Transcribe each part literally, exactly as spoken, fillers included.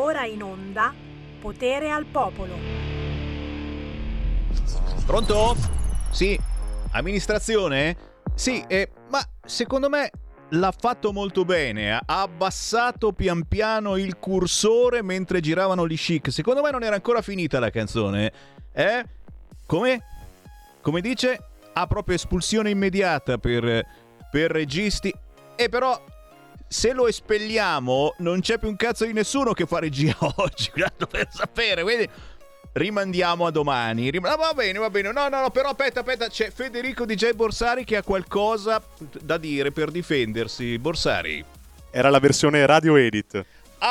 ora in onda Potere al Popolo. Pronto? Sì, amministrazione? Sì, eh, ma secondo me l'ha fatto molto bene, ha abbassato pian piano il cursore mentre giravano gli Chic. Secondo me non era ancora finita la canzone. Eh? Come? Come dice? Ha proprio espulsione immediata per, per registi. E però se lo espelliamo non c'è più un cazzo di nessuno che fa regia oggi, per sapere, quindi rimandiamo a domani. Rim- ah, va bene, va bene. No, no, no, però aspetta, aspetta, c'è Federico D J Borsari che ha qualcosa da dire per difendersi. Borsari. Era la versione radio edit.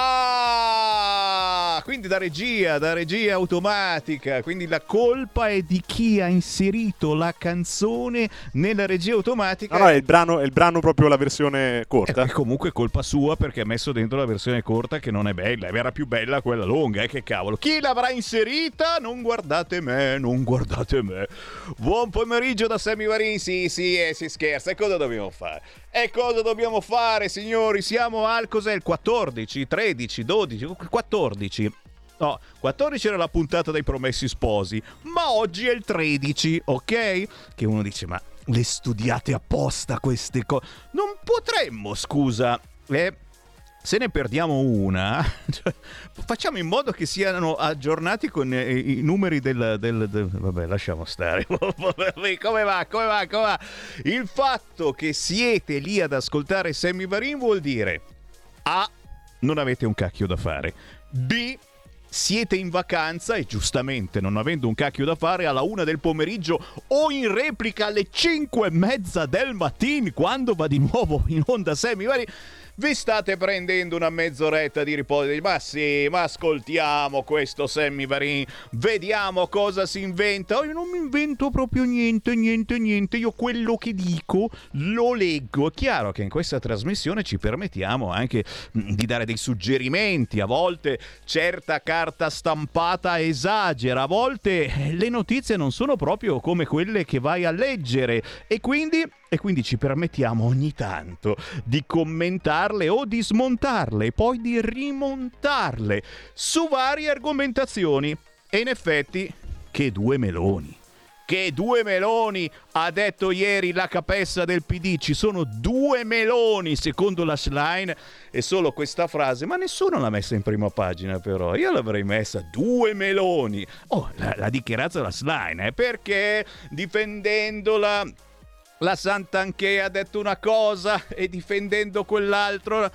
Ah, quindi da regia, da regia automatica. Quindi la colpa è di chi ha inserito la canzone nella regia automatica. No, no, è il brano, è il brano proprio la versione corta. È comunque colpa sua perché ha messo dentro la versione corta che non è bella. Era più bella quella lunga, eh, che cavolo. Chi l'avrà inserita? Non guardate me, non guardate me. Buon pomeriggio da Sammy Varin. Sì, sì, eh, si scherza. E cosa dobbiamo fare? E cosa dobbiamo fare, signori? Siamo al, cos'è, il quattordici, tredici, dodici, quattordici. No, quattordici era la puntata dei Promessi Sposi, ma oggi è il tredici, ok? Che uno dice, ma le studiate apposta queste cose? Non potremmo, scusa, eh? Se ne perdiamo una, cioè, facciamo in modo che siano aggiornati con eh, i numeri del, del, del... Vabbè, lasciamo stare. Come va? Come va? Come va? Il fatto che siete lì ad ascoltare Sammy Varin vuol dire A. Non avete un cacchio da fare. B. Siete in vacanza e giustamente, non avendo un cacchio da fare, alla una del pomeriggio o in replica alle cinque e mezza del mattino, quando va di nuovo in onda Sammy Varin, vi state prendendo una mezz'oretta di riposo. Ma sì, ma ascoltiamo questo Sammy Varin, vediamo cosa si inventa. Oh, io non mi invento proprio niente, niente, niente. Io quello che dico lo leggo. È chiaro che in questa trasmissione ci permettiamo anche di dare dei suggerimenti. A volte certa carta stampata esagera, a volte le notizie non sono proprio come quelle che vai a leggere e quindi... E quindi ci permettiamo ogni tanto di commentarle o di smontarle e poi di rimontarle su varie argomentazioni. E in effetti, che due meloni! Che due meloni, ha detto ieri la capessa del P D. Ci sono due meloni, secondo la Schlein. E solo questa frase, ma nessuno l'ha messa in prima pagina però. Io l'avrei messa, due meloni. Oh, l'ha dichiarato la Schlein, eh, perché difendendola... La Santanchè ha detto una cosa e difendendo quell'altro...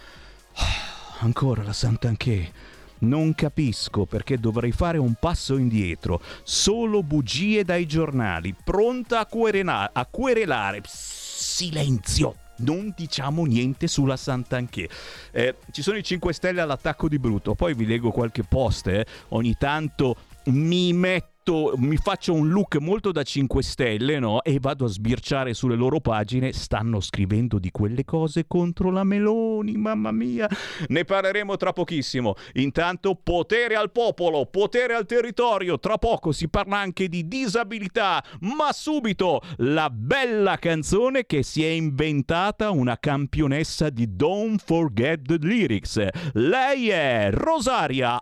Ancora la Santanchè. Non capisco perché dovrei fare un passo indietro. Solo bugie dai giornali. Pronta a, querela- a querelare. Psst, silenzio. Non diciamo niente sulla Santanchè. Eh, ci sono i cinque Stelle all'attacco di brutto. Poi vi leggo qualche post. Eh. Ogni tanto mi metto... mi faccio un look molto da cinque Stelle, no? E vado a sbirciare sulle loro pagine. Stanno scrivendo di quelle cose contro la Meloni, mamma mia. Ne parleremo tra pochissimo. Intanto potere al popolo, potere al territorio. Tra poco si parla anche di disabilità, ma subito la bella canzone che si è inventata una campionessa di Don't Forget the Lyrics. Lei è Rosaria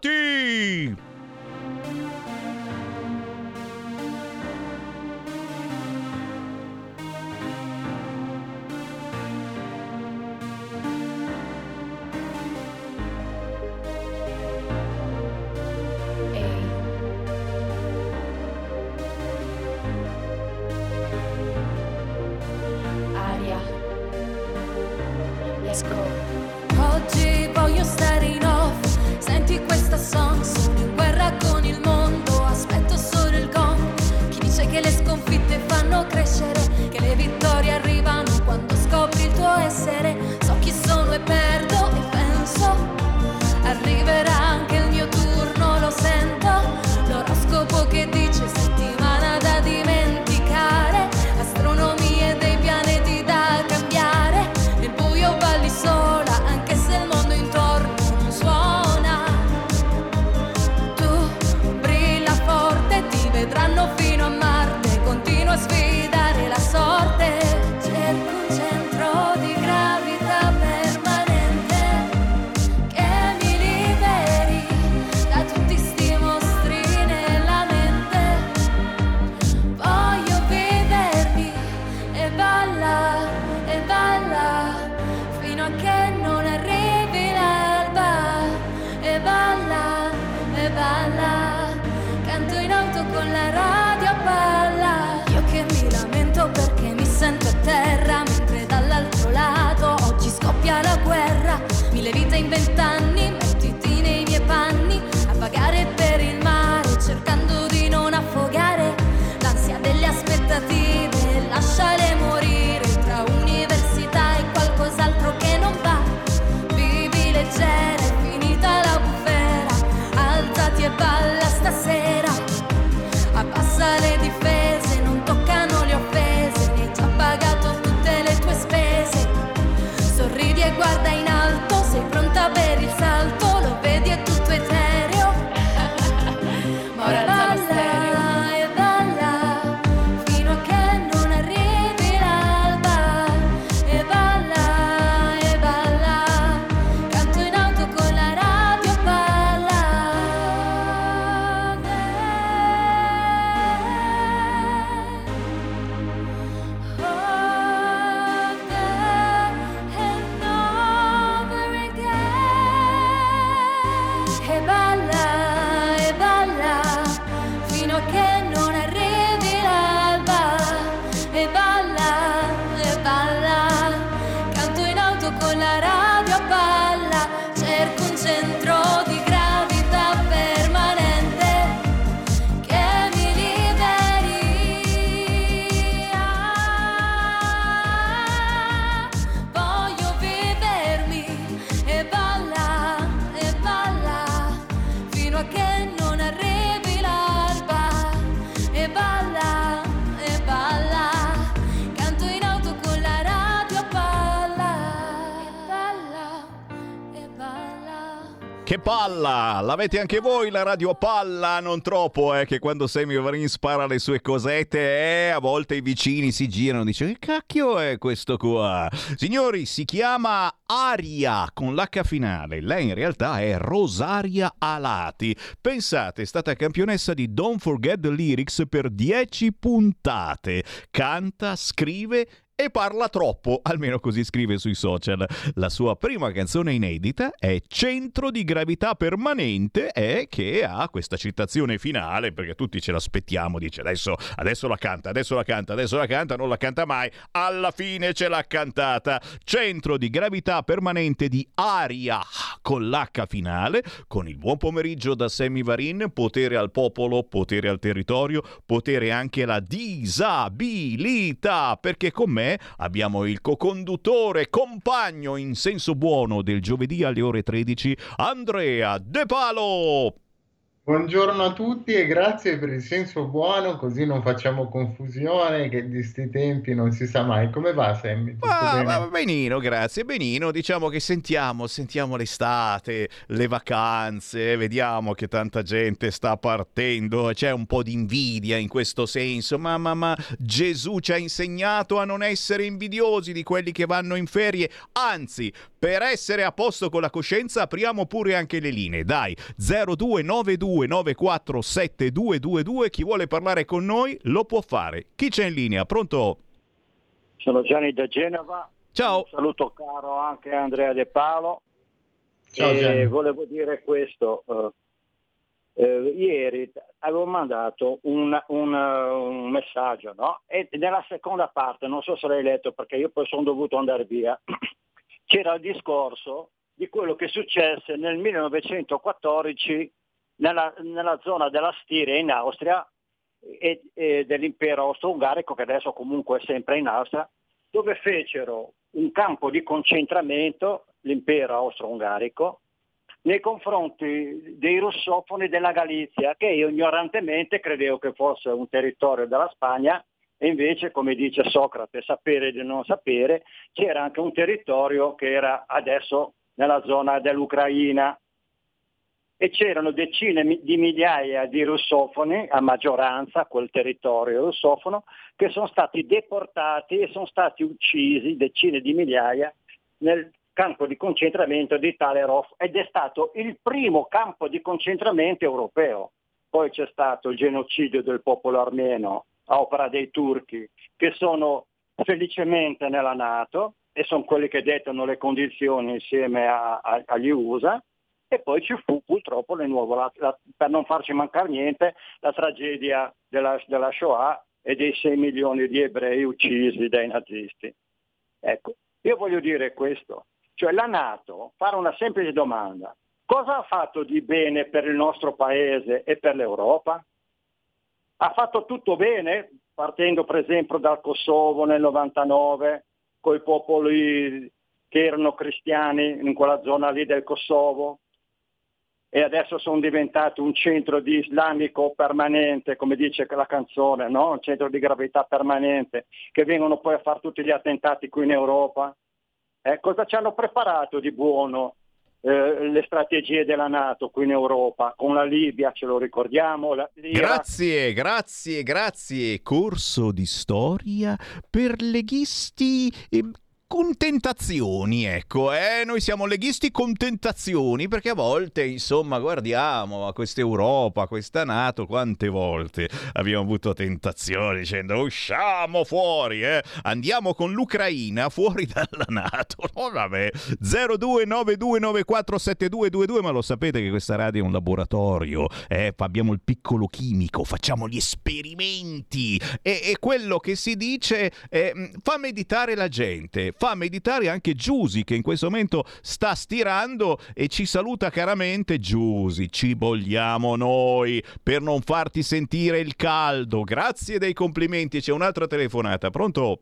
Alati. Oggi voglio stare in off, senti questa song, sono in guerra con il mondo, aspetto solo il gong. Chi dice che le sconfitte fanno crescere, che le vittorie arrivano quando scopri il tuo essere. So chi sono e perdo e penso, arriverà anche il mio turno, lo sento. L'oroscopo che dice settimana da dimenticare, astronomie dei pianeti da cambiare. Nel buio balli sola anche se il mondo a che non arrivi l'alba. E balla, e balla, canto in auto con la radio a palla. Io che mi lamento perché mi sento a terra, mentre dall'altro lato oggi scoppia la guerra. Mille vite in vent'anni, mettiti nei miei panni, a vagare per il mare cercando di non affogare l'ansia delle aspettative, lasciare morire tra università e qualcos'altro che non va. Vivi leggera, è finita la bufera, alzati e balla stasera. Abbassa le difese, non toccano le offese, ne hai già pagato tutte le tue spese. Sorridi e guarda in alto, sei pronta per il salto, lo vedi è tutto etereo. Ma ora balla e balla, fino a che non arrivi l'alba. E balla e balla, canto in auto con la radio a palla. E balla, e balla, fino a che non arrivi l'alba. E balla, e balla, canto in auto con la radio a palla. Cerco un centro di gravità permanente che mi liberi. Ah, voglio vivermi. E balla, e balla, fino a che non arrivi l'alba. E balla, e balla, canto in auto con la radio a palla. E balla, e balla. Che palla! L'avete anche voi la radio a palla? Non troppo, eh, che quando Sammy Varin spara le sue cosette, eh, a volte i vicini si girano e dicono che cacchio è questo qua? Signori, si chiama Aria con l'H finale. Lei in realtà è Rosaria Alati. Pensate, è stata campionessa di Don't Forget the Lyrics per dieci puntate. Canta, scrive e parla troppo, almeno così scrive sui social. La sua prima canzone inedita è Centro di gravità permanente, e che ha questa citazione finale, perché tutti ce l'aspettiamo, dice adesso, adesso la canta, adesso la canta, adesso la canta, non la canta mai, alla fine ce l'ha cantata. Centro di gravità permanente di Aria con l'H finale, con il buon pomeriggio da Sammy Varin, potere al popolo, potere al territorio, potere anche alla disabilità, perché con me abbiamo il co-conduttore, compagno in senso buono del giovedì alle ore tredici, Andrea De Palo. Buongiorno a tutti e grazie per il senso buono, così non facciamo confusione, che di sti tempi non si sa mai. Come va, Sammy? Tutto Ah, bene? va benino, grazie, benino. Diciamo che sentiamo, sentiamo l'estate, le vacanze, vediamo che tanta gente sta partendo, c'è un po' di invidia in questo senso, ma, ma, ma Gesù ci ha insegnato a non essere invidiosi di quelli che vanno in ferie, anzi, per essere a posto con la coscienza apriamo pure anche le linee, dai, zero due nove due nove quattro sette due due due, chi vuole parlare con noi lo può fare. Chi c'è in linea? Pronto? Sono Gianni da Genova. Ciao. Un saluto caro anche a Andrea De Palo. Ciao, e Gianni. volevo dire questo. eh, eh, ieri avevo mandato un, un, un messaggio, no? E nella seconda parte, non so se l'hai letto perché io poi sono dovuto andare via, c'era il discorso di quello che successe nel millenovecentoquattordici nella, nella zona della Stiria in Austria e, e dell'impero austro-ungarico, che adesso comunque è sempre in Austria, dove fecero un campo di concentramento, l'impero austro-ungarico, nei confronti dei russofoni della Galizia, che io ignorantemente credevo che fosse un territorio della Spagna, e invece, come dice Socrate, sapere di non sapere, c'era anche un territorio che era adesso nella zona dell'Ucraina. E c'erano decine di migliaia di russofoni, a maggioranza quel territorio russofono, che sono stati deportati e sono stati uccisi, decine di migliaia, nel campo di concentramento di Talerov, ed è stato il primo campo di concentramento europeo. Poi c'è stato il genocidio del popolo armeno a opera dei turchi, che sono felicemente nella NATO, e sono quelli che dettano le condizioni insieme a, a, agli U S A, e poi ci fu purtroppo di nuovo, la, la, per non farci mancare niente, la tragedia della, della Shoah e dei sei milioni di ebrei uccisi dai nazisti. Ecco, io voglio dire questo, cioè la NATO, fare una semplice domanda: cosa ha fatto di bene per il nostro paese e per l'Europa? Ha fatto tutto bene, partendo per esempio dal Kosovo nel novantanove, con i popoli che erano cristiani in quella zona lì del Kosovo, e adesso sono diventati un centro di islamico permanente, come dice la canzone, no? Un centro di gravità permanente, che vengono poi a fare tutti gli attentati qui in Europa. Eh, cosa ci hanno preparato di buono eh, le strategie della NATO qui in Europa? Con la Libia, ce lo ricordiamo? La, grazie, grazie, grazie. Corso di storia per leghisti eh, con tentazioni, ecco, eh? Noi siamo leghisti con tentazioni, perché a volte, insomma, guardiamo a questa Europa, a questa NATO, quante volte abbiamo avuto tentazioni dicendo usciamo fuori, eh? Andiamo con l'Ucraina fuori dalla NATO. Oh, vabbè, zero due nove due nove quattro sette due due due, ma lo sapete che questa radio è un laboratorio, eh? Abbiamo il piccolo chimico, facciamo gli esperimenti, e, e quello che si dice eh, fa meditare la gente. Fa meditare anche Giusy, che in questo momento sta stirando e ci saluta caramente. Giusy, ci vogliamo noi per non farti sentire il caldo. Grazie dei complimenti. C'è un'altra telefonata. Pronto?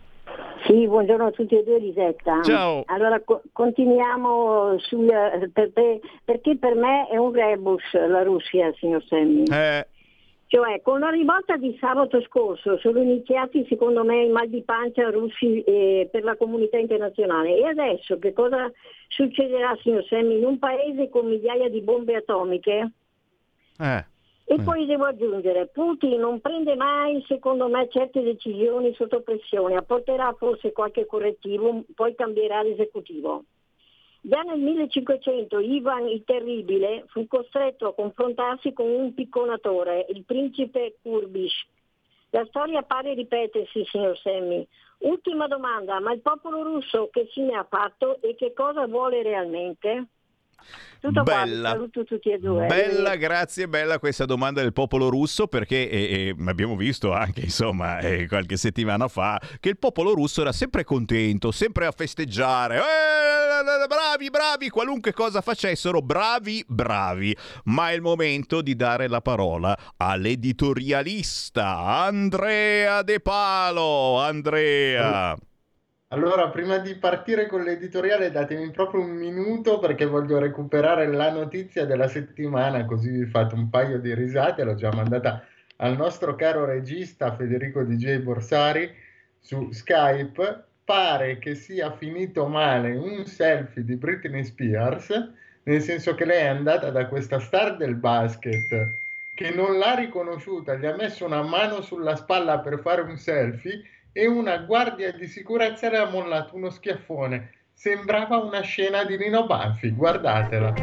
Sì, buongiorno a tutti e due, Lisetta. Ciao. Allora, co- continuiamo sul, per, per, perché per me è un rebus la Russia, signor Semmi. Eh... Cioè, con la rivolta di sabato scorso sono iniziati, secondo me, i mal di pancia russi eh, per la comunità internazionale. E adesso che cosa succederà, signor Semmi, in un paese con migliaia di bombe atomiche? Eh. E poi devo aggiungere, Putin non prende mai, secondo me, certe decisioni sotto pressione, apporterà forse qualche correttivo, poi cambierà l'esecutivo. Già nel millecinquecento Ivan il Terribile fu costretto a confrontarsi con un picconatore, il principe Kurbis. La storia pare ripetersi, signor Semmi. Ultima domanda, ma il popolo russo che fine ha fatto e che cosa vuole realmente? Tutto bella, qua, saluto tutti e due. Bella, grazie, bella questa domanda del popolo russo, perché eh, eh, abbiamo visto anche, insomma, eh, qualche settimana fa che il popolo russo era sempre contento, sempre a festeggiare, eh, bravi, bravi, qualunque cosa facessero, bravi, bravi. Ma è il momento di dare la parola all'editorialista Andrea De Palo. Andrea. Allora, prima di partire con l'editoriale, datemi proprio un minuto perché voglio recuperare la notizia della settimana, così vi fate un paio di risate. L'ho già mandata al nostro caro regista Federico D J Borsari su Skype. Pare che sia finito male un selfie di Britney Spears, nel senso che lei è andata da questa star del basket che non l'ha riconosciuta, gli ha messo una mano sulla spalla per fare un selfie e una guardia di sicurezza le ha mollato uno schiaffone. Sembrava una scena di Nino Banfi, guardatela.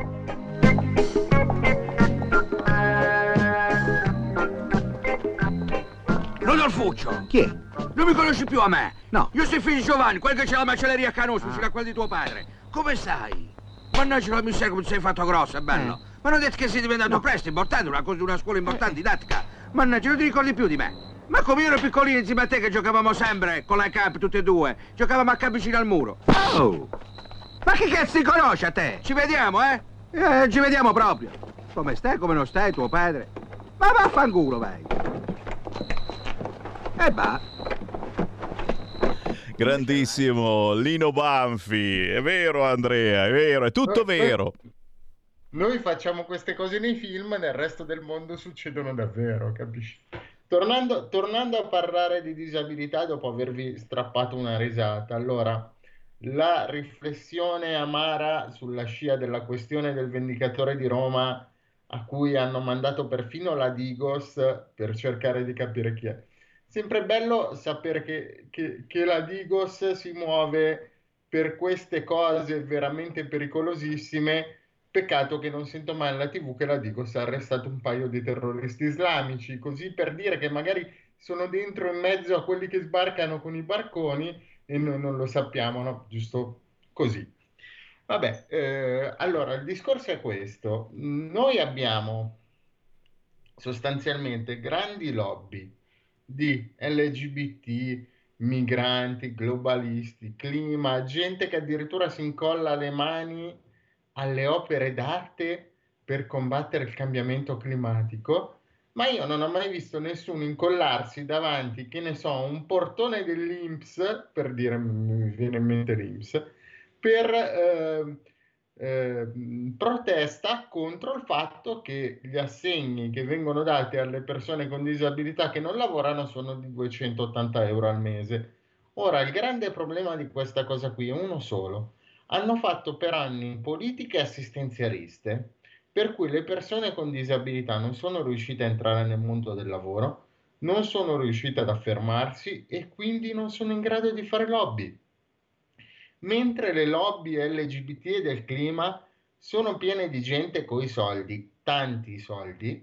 Rodolfuccio! Chi è? Non mi conosci più a me? No. Io sono figlio di Giovanni, quello che c'è la macelleria a Canus, vicino a quella di tuo padre. Come sai? Mannaggia la miseria come ti sei fatto grosso, è bello. Mm. Ma non detto che sei diventato no. presto, importante, una cosa, una scuola importante, didattica. Mannaggia, non ti ricordi più di me? Ma come io ero piccolino insieme a te che giocavamo sempre con la cap tutti e due. Giocavamo a cap vicino al muro. Oh! Ma che cazzo ti conosce a te? Ci vediamo, eh? Eh, ci vediamo proprio. Come stai, come non stai, tuo padre? Ma vaffanculo, vai. E va. Grandissimo Lino Banfi. È vero, Andrea, è vero, è tutto vero. Noi facciamo queste cose nei film, nel resto del mondo succedono davvero, capisci? Tornando, tornando a parlare di disabilità dopo avervi strappato una risata, allora la riflessione amara sulla scia della questione del Vendicatore di Roma, a cui hanno mandato perfino la Digos per cercare di capire chi è. Sempre bello sapere che, che, che la Digos si muove per queste cose veramente pericolosissime. Peccato che non sento mai alla tivù che la Digos ha arrestato un paio di terroristi islamici, così per dire che magari sono dentro in mezzo a quelli che sbarcano con i barconi, e noi non lo sappiamo, no? Giusto così. Vabbè, eh, allora il discorso è questo. Noi abbiamo sostanzialmente grandi lobby di L G B T, migranti, globalisti, clima, gente che addirittura si incolla le mani alle opere d'arte per combattere il cambiamento climatico, ma io non ho mai visto nessuno incollarsi davanti, che ne so, un portone dell'I N P S, per dire, mi viene in mente l'I N P S, per eh, eh, protesta contro il fatto che gli assegni che vengono dati alle persone con disabilità che non lavorano sono di duecentottanta euro al mese. Ora, il grande problema di questa cosa qui è uno solo. Hanno fatto per anni politiche assistenzialiste, per cui le persone con disabilità non sono riuscite a entrare nel mondo del lavoro, non sono riuscite ad affermarsi e quindi non sono in grado di fare lobby. Mentre le lobby L G B T e del clima sono piene di gente coi soldi, tanti soldi,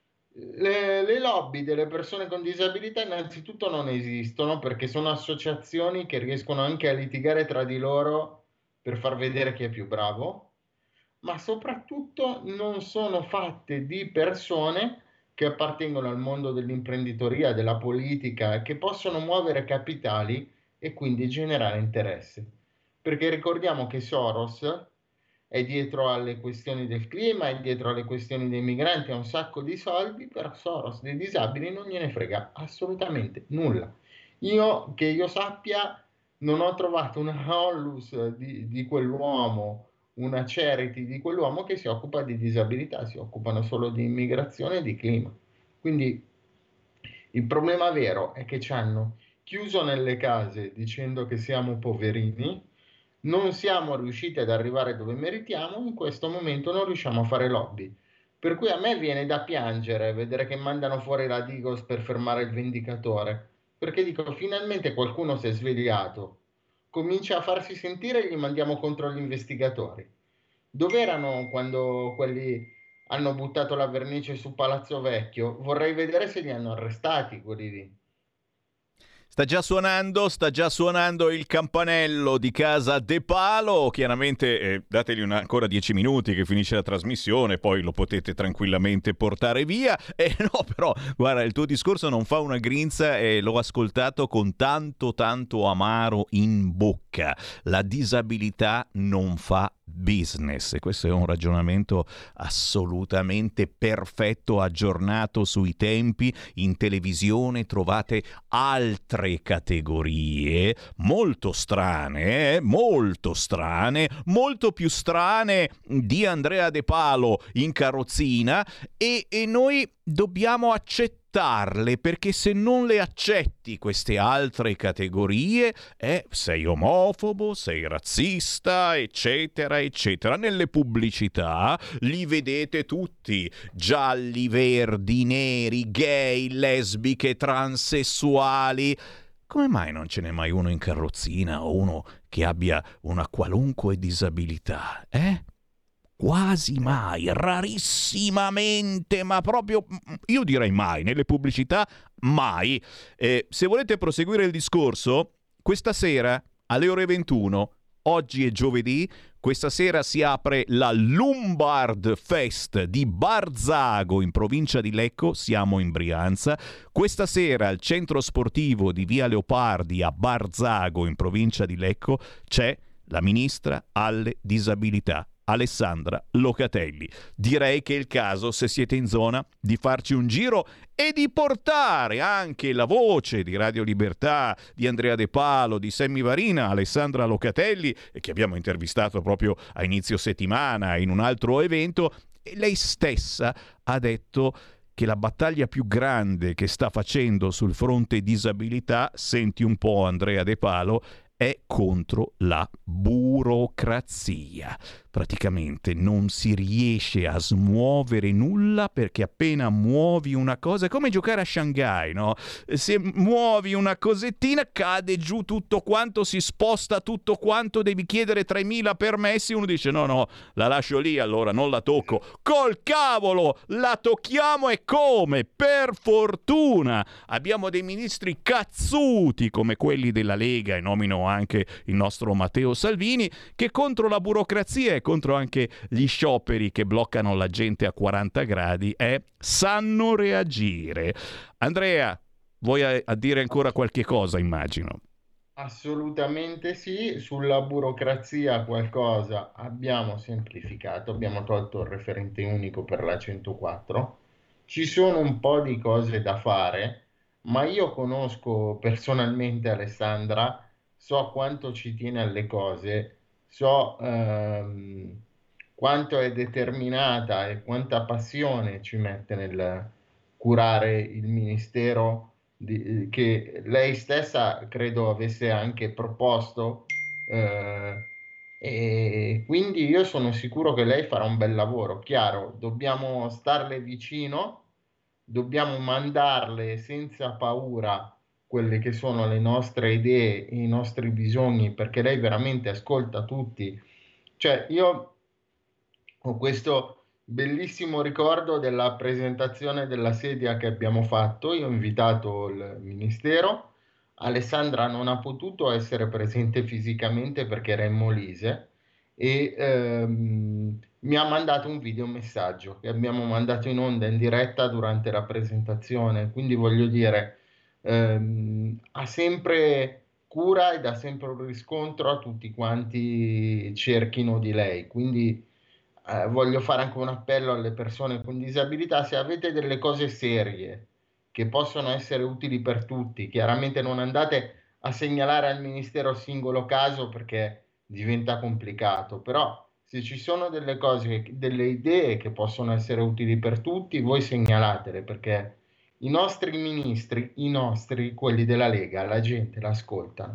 le, le lobby delle persone con disabilità innanzitutto non esistono, perché sono associazioni che riescono anche a litigare tra di loro per far vedere chi è più bravo, ma soprattutto non sono fatte di persone che appartengono al mondo dell'imprenditoria, della politica, che possono muovere capitali e quindi generare interesse. Perché ricordiamo che Soros è dietro alle questioni del clima, è dietro alle questioni dei migranti, ha un sacco di soldi, però Soros dei disabili non gliene frega assolutamente nulla. Io, che io sappia, non ho trovato una onlus di, di quell'uomo, una charity di quell'uomo che si occupa di disabilità, si occupano solo di immigrazione e di clima. Quindi il problema vero è che ci hanno chiuso nelle case dicendo che siamo poverini, non siamo riusciti ad arrivare dove meritiamo, in questo momento non riusciamo a fare lobby. Per cui a me viene da piangere vedere che mandano fuori la Digos per fermare il vendicatore, perché dico, finalmente qualcuno si è svegliato, comincia a farsi sentire e gli mandiamo contro gli investigatori. Dov'erano quando quelli hanno buttato la vernice su Palazzo Vecchio? Vorrei vedere se li hanno arrestati quelli lì. Sta già suonando, sta già suonando il campanello di casa De Palo. Chiaramente eh, dategli una, ancora dieci minuti che finisce la trasmissione, poi lo potete tranquillamente portare via. E eh, no, però, guarda, il tuo discorso non fa una grinza e l'ho ascoltato con tanto, tanto amaro in bocca. La disabilità non fa business, e questo è un ragionamento assolutamente perfetto, aggiornato sui tempi. In televisione trovate altre categorie molto strane, eh? molto strane, molto più strane di Andrea De Palo in carrozzina, e, e noi dobbiamo accettare perché se non le accetti queste altre categorie eh, sei omofobo, sei razzista, eccetera eccetera. Nelle pubblicità li vedete tutti, gialli, verdi, neri, gay, lesbiche, transessuali. Come mai non ce n'è mai uno in carrozzina o uno che abbia una qualunque disabilità, eh? Quasi mai, rarissimamente, ma proprio, io direi mai, nelle pubblicità mai. Eh, se volete proseguire il discorso, questa sera alle ore ventuno, oggi è giovedì, questa sera si apre la Lombard Fest di Barzago in provincia di Lecco, siamo in Brianza. Questa sera al centro sportivo di Via Leopardi a Barzago in provincia di Lecco c'è la ministra alle disabilità, Alessandra Locatelli. Direi che è il caso, se siete in zona, di farci un giro e di portare anche la voce di Radio Libertà, di Andrea De Palo, di Sammy Varina, Alessandra Locatelli, che abbiamo intervistato proprio a inizio settimana in un altro evento. E lei stessa ha detto che la battaglia più grande che sta facendo sul fronte disabilità, senti un po' Andrea De Palo, è contro la burocrazia. Praticamente non si riesce a smuovere nulla, perché appena muovi una cosa è come giocare a Shanghai, no? Se muovi una cosettina cade giù tutto quanto, si sposta tutto quanto, devi chiedere tremila permessi, uno dice no no, la lascio lì, allora non la tocco. Col cavolo, la tocchiamo, e come? Per fortuna abbiamo dei ministri cazzuti come quelli della Lega, e nomino anche il nostro Matteo Salvini, che contro la burocrazia e contro anche gli scioperi che bloccano la gente a quaranta gradi eh, sanno reagire. Andrea, vuoi a, a dire ancora qualche cosa, immagino? Assolutamente sì, sulla burocrazia qualcosa abbiamo semplificato, abbiamo tolto il referente unico per la centoquattro, ci sono un po' di cose da fare, ma io conosco personalmente Alessandra, so quanto ci tiene alle cose, so ehm, quanto è determinata e quanta passione ci mette nel curare il ministero di- che lei stessa credo avesse anche proposto, eh, e quindi io sono sicuro che lei farà un bel lavoro. Chiaro, dobbiamo starle vicino, dobbiamo mandarle senza paura quelle che sono le nostre idee e i nostri bisogni, perché lei veramente ascolta tutti. Cioè, io ho questo bellissimo ricordo della presentazione della sedia che abbiamo fatto. Io ho invitato il ministero. Alessandra non ha potuto essere presente fisicamente perché era in Molise e ehm, mi ha mandato un videomessaggio che abbiamo mandato in onda in diretta durante la presentazione. Quindi voglio dire, ehm, ha sempre cura e dà sempre un riscontro a tutti quanti cerchino di lei. Quindi eh, voglio fare anche un appello alle persone con disabilità: se avete delle cose serie che possono essere utili per tutti, chiaramente non andate a segnalare al ministero il singolo caso perché diventa complicato, però se ci sono delle cose, delle idee che possono essere utili per tutti, voi segnalatele, perché i nostri ministri, i nostri, quelli della Lega, la gente l'ascolta.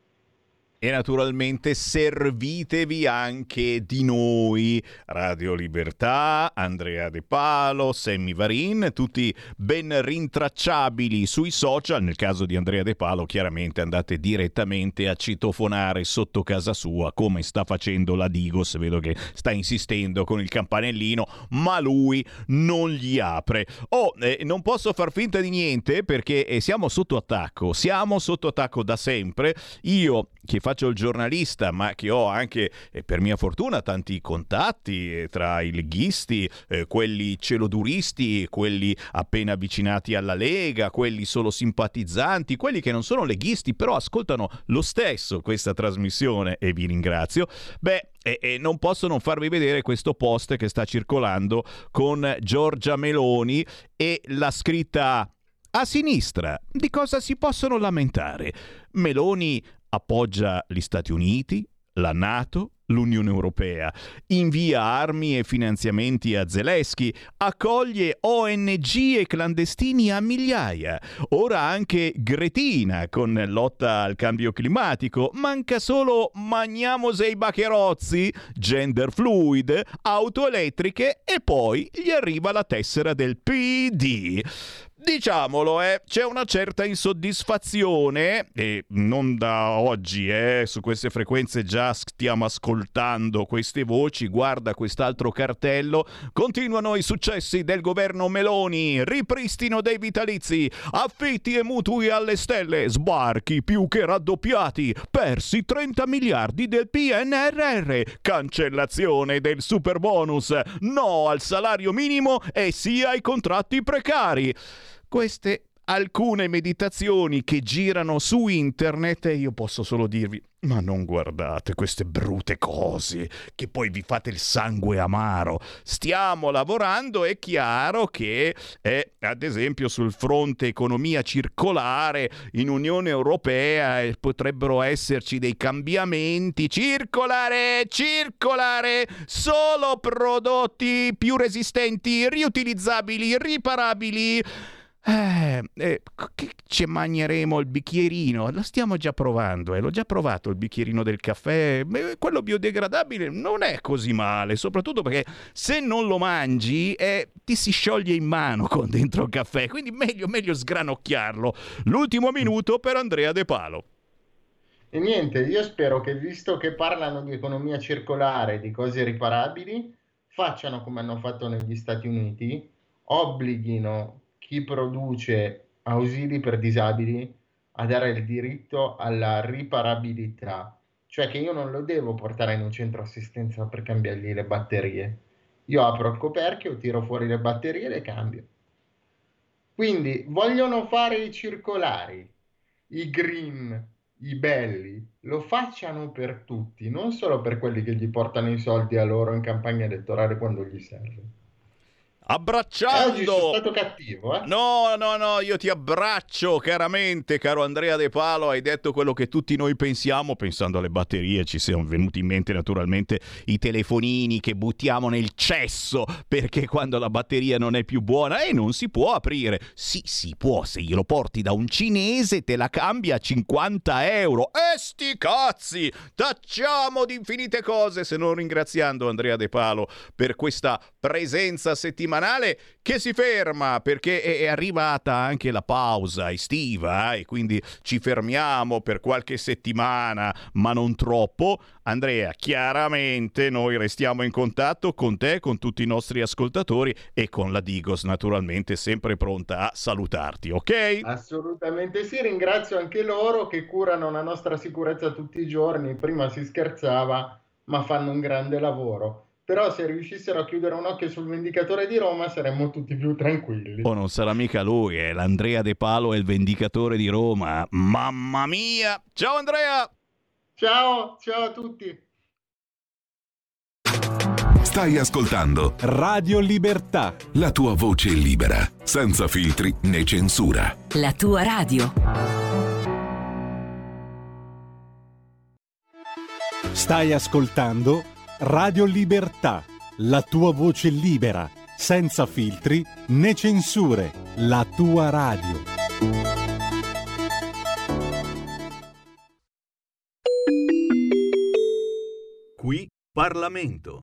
E naturalmente servitevi anche di noi, Radio Libertà, Andrea De Palo, Sammy Varin, tutti ben rintracciabili sui social. Nel caso di Andrea De Palo chiaramente andate direttamente a citofonare sotto casa sua, come sta facendo la Digos. Vedo che sta insistendo con il campanellino, ma lui non gli apre. Oh, eh, non posso far finta di niente perché eh, siamo sotto attacco, siamo sotto attacco da sempre. Io che faccio il giornalista, ma che ho anche, eh, per mia fortuna, tanti contatti eh, tra i leghisti, eh, quelli celoduristi, quelli appena avvicinati alla Lega, quelli solo simpatizzanti, quelli che non sono leghisti però ascoltano lo stesso questa trasmissione, e vi ringrazio. Beh, e, e non posso non farvi vedere questo post che sta circolando con Giorgia Meloni e la scritta: a sinistra di cosa si possono lamentare? Meloni appoggia gli Stati Uniti, la NATO, l'Unione Europea, invia armi e finanziamenti a Zelensky, accoglie O N G e clandestini a migliaia. Ora anche Gretina con lotta al cambio climatico. Manca solo Magnamose i Bacherozzi, gender fluid, auto elettriche e poi gli arriva la tessera del P D. Diciamolo, eh, c'è una certa insoddisfazione, e non da oggi, eh, su queste frequenze già stiamo ascoltando queste voci. Guarda quest'altro cartello: continuano i successi del governo Meloni, ripristino dei vitalizi, affitti e mutui alle stelle, sbarchi più che raddoppiati, persi trenta miliardi del P N R R, cancellazione del super bonus, no al salario minimo e sì ai contratti precari. Queste alcune meditazioni che girano su internet, e io posso solo dirvi: ma non guardate queste brutte cose che poi vi fate il sangue amaro. Stiamo lavorando, è chiaro che eh, ad esempio sul fronte economia circolare in Unione Europea eh, potrebbero esserci dei cambiamenti. Circolare, circolare, solo prodotti più resistenti, riutilizzabili, riparabili. Eh, eh, che ci mangeremo il bicchierino? Lo stiamo già provando, eh. L'ho già provato il bicchierino del caffè. Beh, quello biodegradabile non è così male, soprattutto perché se non lo mangi eh, ti si scioglie in mano con dentro il caffè, quindi meglio, meglio sgranocchiarlo. L'ultimo minuto per Andrea De Palo. E niente, io spero che, visto che parlano di economia circolare, di cose riparabili, facciano come hanno fatto negli Stati Uniti, obblighino chi produce ausili per disabili a dare il diritto alla riparabilità, cioè che io non lo devo portare in un centro assistenza per cambiargli le batterie. Io apro il coperchio, tiro fuori le batterie e le cambio. Quindi vogliono fare i circolari, i green, i belli, lo facciano per tutti, non solo per quelli che gli portano i soldi a loro in campagna elettorale quando gli serve. Abbracciando! E oggi sono stato cattivo, eh? No, no, no, io ti abbraccio caramente, caro Andrea De Palo, hai detto quello che tutti noi pensiamo, pensando alle batterie ci siamo venuti in mente naturalmente i telefonini che buttiamo nel cesso, perché quando la batteria non è più buona e eh, non si può aprire. Sì, si può, se glielo porti da un cinese te la cambia a cinquanta euro. E sti cazzi! Tacciamo di infinite cose, se non ringraziando Andrea De Palo per questa presenza settimanale che si ferma perché è arrivata anche la pausa estiva e quindi ci fermiamo per qualche settimana, ma non troppo. Andrea, chiaramente noi restiamo in contatto con te, con tutti i nostri ascoltatori e con la Digos naturalmente sempre pronta a salutarti, ok? Assolutamente sì, ringrazio anche loro che curano la nostra sicurezza tutti i giorni. Prima si scherzava, ma fanno un grande lavoro. Però se riuscissero a chiudere un occhio sul Vendicatore di Roma saremmo tutti più tranquilli. Oh, non sarà mica lui, è l'Andrea De Palo, è il Vendicatore di Roma. Mamma mia! Ciao Andrea! Ciao, ciao a tutti! Stai ascoltando Radio Libertà, la tua voce libera, senza filtri né censura. La tua radio. Stai ascoltando Radio Libertà, la tua voce libera, senza filtri né censure, la tua radio. Qui Parlamento.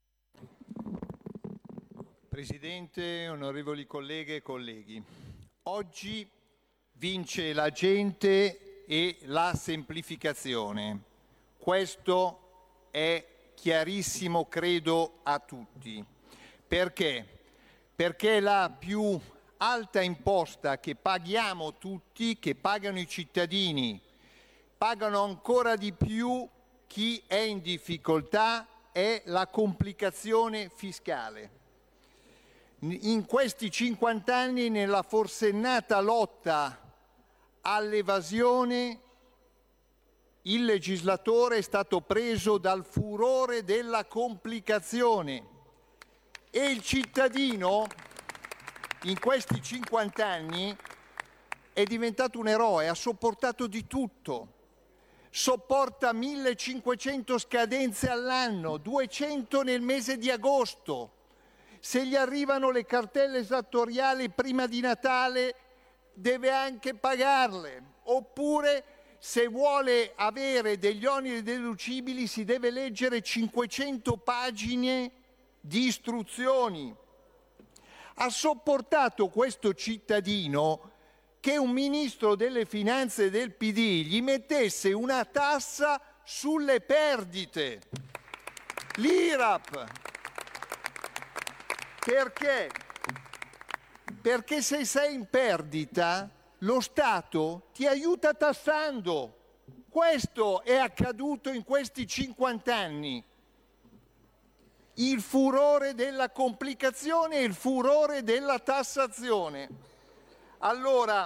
Presidente, onorevoli colleghe e colleghi, oggi vince la gente e la semplificazione. Questo è chiarissimo, credo, a tutti. Perché? Perché la più alta imposta che paghiamo tutti, che pagano i cittadini, pagano ancora di più chi è in difficoltà, è la complicazione fiscale. In questi cinquanta anni, nella forsennata lotta all'evasione, il legislatore è stato preso dal furore della complicazione e il cittadino in questi cinquanta anni è diventato un eroe, ha sopportato di tutto, sopporta millecinquecento scadenze all'anno, duecento nel mese di agosto, se gli arrivano le cartelle esattoriali prima di Natale deve anche pagarle, oppure se vuole avere degli oneri deducibili si deve leggere cinquecento pagine di istruzioni. Ha sopportato questo cittadino che un ministro delle finanze del P D gli mettesse una tassa sulle perdite, l'I R A P. Perché? Perché se sei in perdita lo Stato ti aiuta tassando. Questo è accaduto in questi cinquanta anni. Il furore della complicazione e il furore della tassazione. Allora,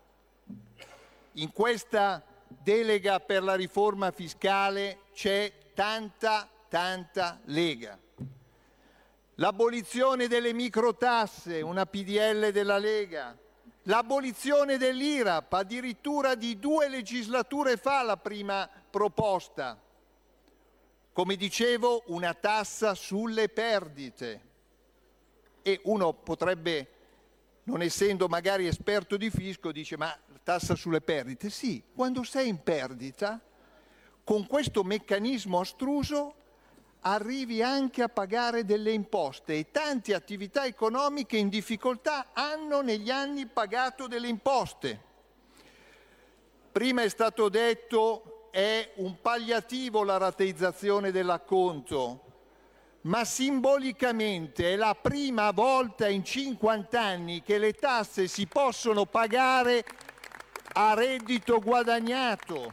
in questa delega per la riforma fiscale c'è tanta, tanta lega. L'abolizione delle microtasse, una P D L della Lega. L'abolizione dell'I R A P, addirittura di due legislature fa la prima proposta. Come dicevo, una tassa sulle perdite. E uno potrebbe, non essendo magari esperto di fisco, dice ma tassa sulle perdite? Sì, quando sei in perdita, con questo meccanismo astruso arrivi anche a pagare delle imposte e tante attività economiche in difficoltà hanno negli anni pagato delle imposte. Prima è stato detto è un palliativo la rateizzazione dell'acconto, ma simbolicamente è la prima volta in cinquanta anni che le tasse si possono pagare a reddito guadagnato.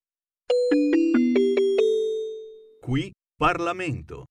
Qui Parlamento.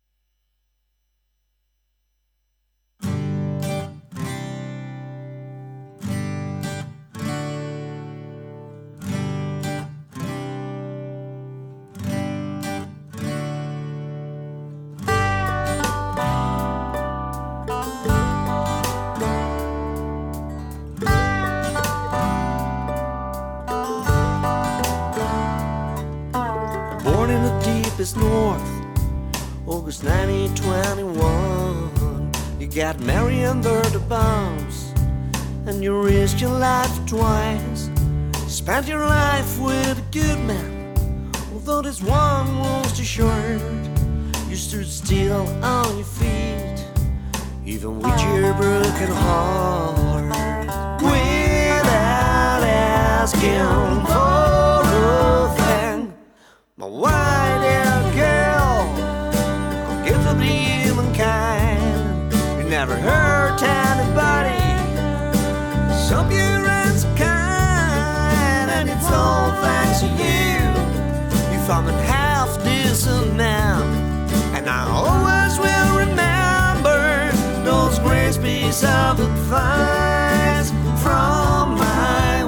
North, August nineteen twenty-one. You got married under the bombs, and you risked your life twice. You spent your life with a good man, although this one was too short. You stood still on your feet, even with your broken heart, without asking for a thing. My white-haired girl, I'll give to the humankind. You never hurt anybody, so pure and so kind, and it's all thanks to you. You found a half-decent man, and I always will remember those great pieces of advice from my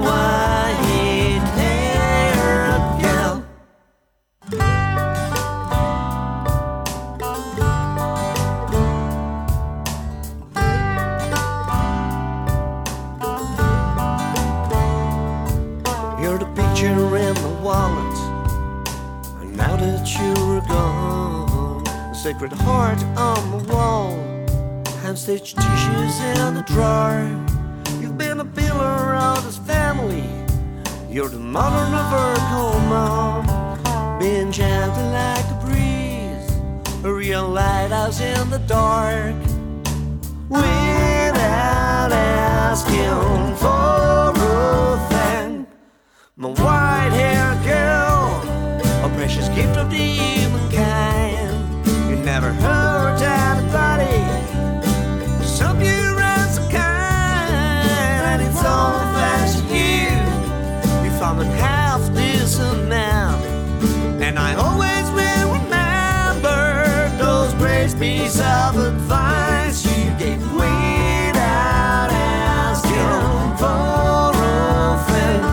white-haired girl. In my wallet, and now that you're gone, a sacred heart on the wall, hand-stitched tissues in the drawer. You've been a pillar of this family, you're the mother of our home mom, being gentle like a breeze, a real lighthouse in the dark, without asking for a thing. My white-haired girl, a precious gift of the humankind. You never hurt anybody, so pure and so kind, and it's all thanks to you. You found a half-decent man, and I always will remember those great pieces of advice you gave without asking for a thing.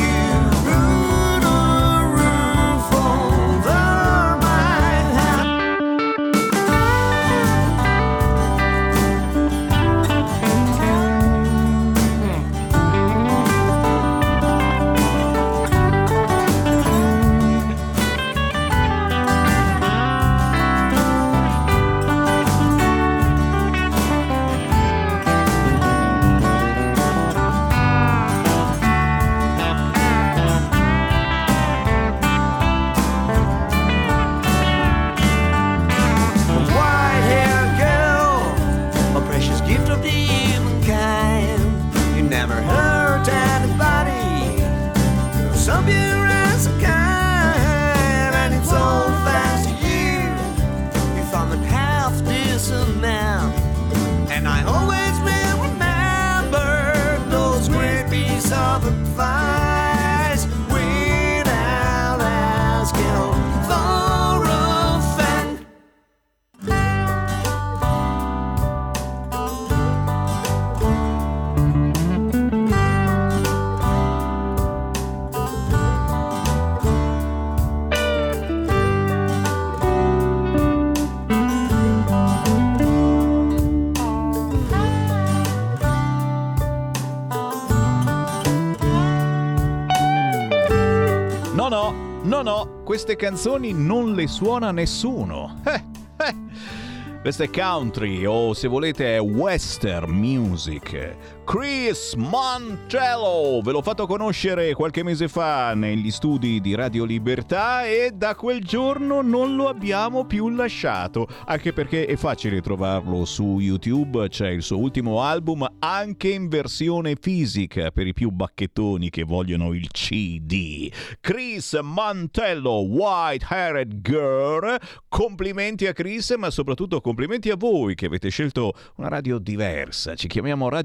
No, no, queste canzoni non le suona nessuno. Eh, eh. Questo è country o, se volete, è western music. Chris Montello, ve l'ho fatto conoscere qualche mese fa negli studi di Radio Libertà e da quel giorno non lo abbiamo più lasciato, anche perché è facile trovarlo su YouTube, c'è il suo ultimo album anche in versione fisica per i più bacchettoni che vogliono il C D. Chris Montello, White Haired Girl, complimenti a Chris, ma soprattutto complimenti a voi che avete scelto una radio diversa. Ci chiamiamo Radio Libertà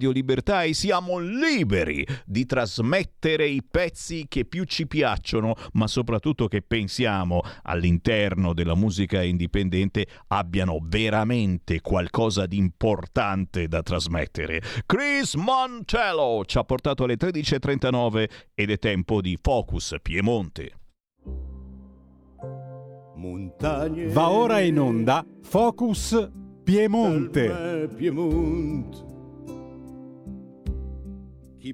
libertà e siamo liberi di trasmettere i pezzi che più ci piacciono, ma soprattutto che pensiamo all'interno della musica indipendente abbiano veramente qualcosa di importante da trasmettere. Chris Montello ci ha portato alle tredici e trentanove ed è tempo di Focus Piemonte. Montagne. Va ora in onda Focus Piemonte. Piemonte. Chi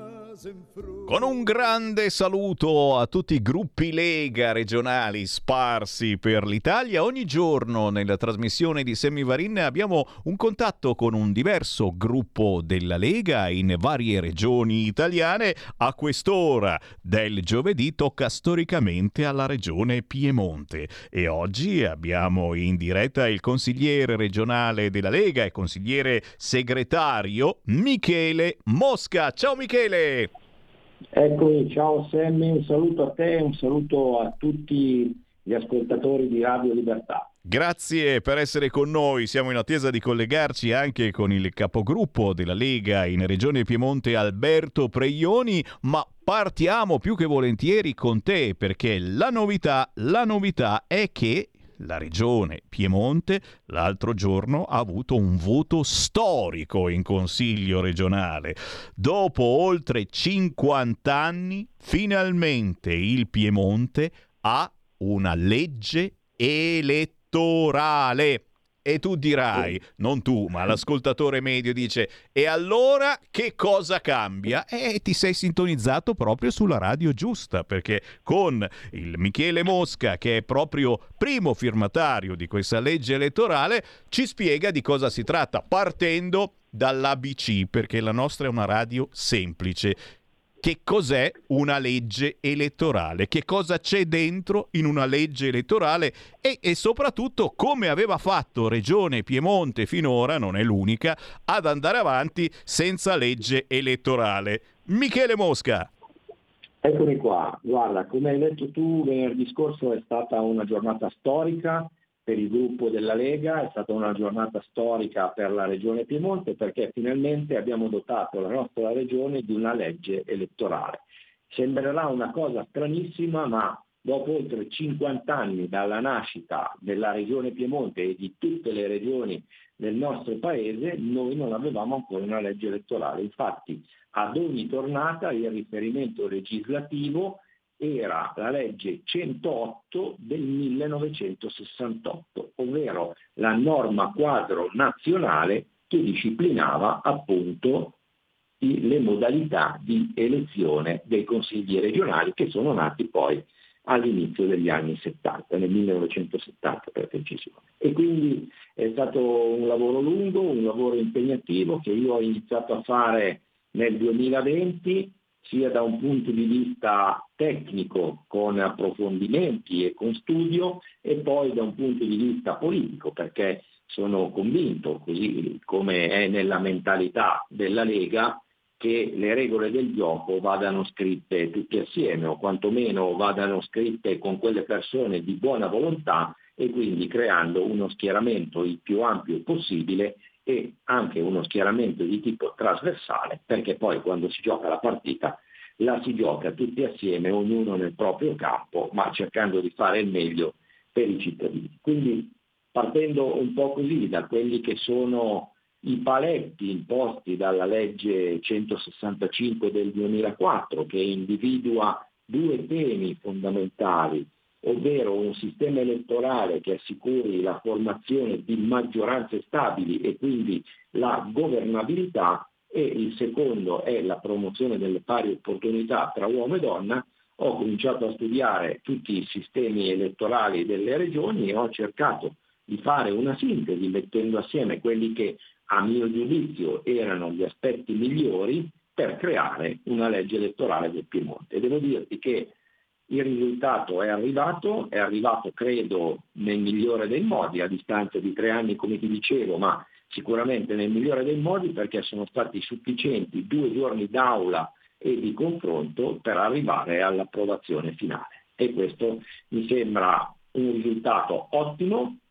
Con un grande saluto a tutti i gruppi Lega regionali sparsi per l'Italia. Ogni giorno nella trasmissione di Semivarin abbiamo un contatto con un diverso gruppo della Lega in varie regioni italiane. A quest'ora del giovedì tocca storicamente alla regione Piemonte e oggi abbiamo in diretta il consigliere regionale della Lega e consigliere segretario Michele Mosca. Ciao Michele! Eccomi, ciao Sammy, un saluto a te e un saluto a tutti gli ascoltatori di Radio Libertà. Grazie per essere con noi, siamo in attesa di collegarci anche con il capogruppo della Lega in Regione Piemonte Alberto Preioni, ma partiamo più che volentieri con te perché la novità, la novità è che la regione Piemonte l'altro giorno ha avuto un voto storico in Consiglio regionale. Dopo oltre cinquanta anni, finalmente il Piemonte ha una legge elettorale. E tu dirai, non tu, ma l'ascoltatore medio dice, e allora che cosa cambia? E ti sei sintonizzato proprio sulla radio giusta, perché con il Michele Mosca, che è proprio primo firmatario di questa legge elettorale, ci spiega di cosa si tratta, partendo dall'A B C, perché la nostra è una radio semplice. Che cos'è una legge elettorale? Che cosa c'è dentro in una legge elettorale? E, e soprattutto come aveva fatto Regione Piemonte finora, non è l'unica, ad andare avanti senza legge elettorale. Michele Mosca. Eccomi qua. Guarda, come hai detto tu, venerdì scorso è stata una giornata storica per il gruppo della Lega, è stata una giornata storica per la Regione Piemonte perché finalmente abbiamo dotato la nostra regione di una legge elettorale. Sembrerà una cosa stranissima, ma dopo oltre cinquanta anni dalla nascita della Regione Piemonte e di tutte le regioni del nostro paese, noi non avevamo ancora una legge elettorale. Infatti, ad ogni tornata il riferimento legislativo era la legge centootto del millenovecentosessantotto, ovvero la norma quadro nazionale che disciplinava appunto i, le modalità di elezione dei consigli regionali che sono nati poi all'inizio degli anni settanta, nel millenovecentosettanta per precisione. E quindi è stato un lavoro lungo, un lavoro impegnativo che io ho iniziato a fare nel duemilaventi, sia da un punto di vista tecnico con approfondimenti e con studio e poi da un punto di vista politico perché sono convinto, così come è nella mentalità della Lega, che le regole del gioco vadano scritte tutte assieme o quantomeno vadano scritte con quelle persone di buona volontà e quindi creando uno schieramento il più ampio possibile e anche uno schieramento di tipo trasversale, perché poi quando si gioca la partita la si gioca tutti assieme, ognuno nel proprio campo, ma cercando di fare il meglio per i cittadini. Quindi partendo un po' così da quelli che sono i paletti imposti dalla legge centosessantacinque del duemilaquattro, che individua due temi fondamentali, ovvero un sistema elettorale che assicuri la formazione di maggioranze stabili e quindi la governabilità, e il secondo è la promozione delle pari opportunità tra uomo e donna, ho cominciato a studiare tutti i sistemi elettorali delle regioni e ho cercato di fare una sintesi mettendo assieme quelli che a mio giudizio erano gli aspetti migliori per creare una legge elettorale del Piemonte. E devo dirti che il risultato è arrivato, è arrivato credo nel migliore dei modi, a distanza di tre anni come ti dicevo, ma sicuramente nel migliore dei modi perché sono stati sufficienti due giorni d'aula e di confronto per arrivare all'approvazione finale. E questo mi sembra un risultato ottimo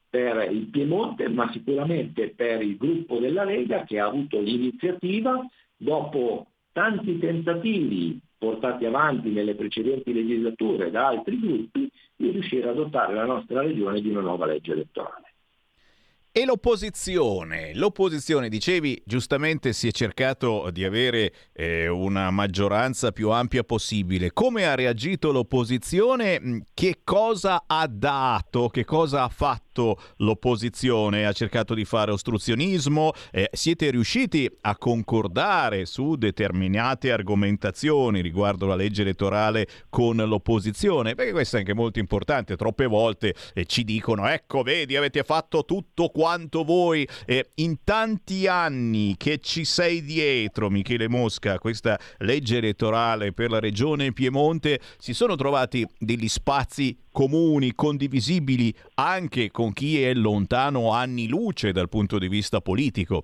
per il Piemonte, ma sicuramente per il gruppo della Lega, che ha avuto l'iniziativa, dopo tanti tentativi portati avanti nelle precedenti legislature da altri gruppi, di riuscire a dotare la nostra regione di una nuova legge elettorale. E l'opposizione? L'opposizione, dicevi, giustamente si è cercato di avere eh, una maggioranza più ampia possibile. Come ha reagito l'opposizione? Che cosa ha dato? Che cosa ha fatto l'opposizione? Ha cercato di fare ostruzionismo? Eh, siete riusciti a concordare su determinate argomentazioni riguardo la legge elettorale con l'opposizione? Perché questo è anche molto importante. Troppe volte eh, ci dicono, ecco, vedi, avete fatto tutto quanto voi. Eh, in tanti anni che ci sei dietro, Michele Mosca, questa legge elettorale per la regione Piemonte, si sono trovati degli spazi comuni, condivisibili anche con chi è lontano anni luce dal punto di vista politico?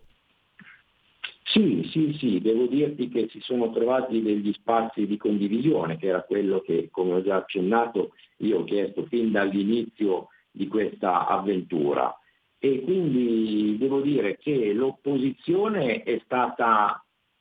Sì, sì, sì, devo dirti che si sono trovati degli spazi di condivisione, che era quello che, come ho già accennato, io ho chiesto fin dall'inizio di questa avventura. E quindi devo dire che l'opposizione è stata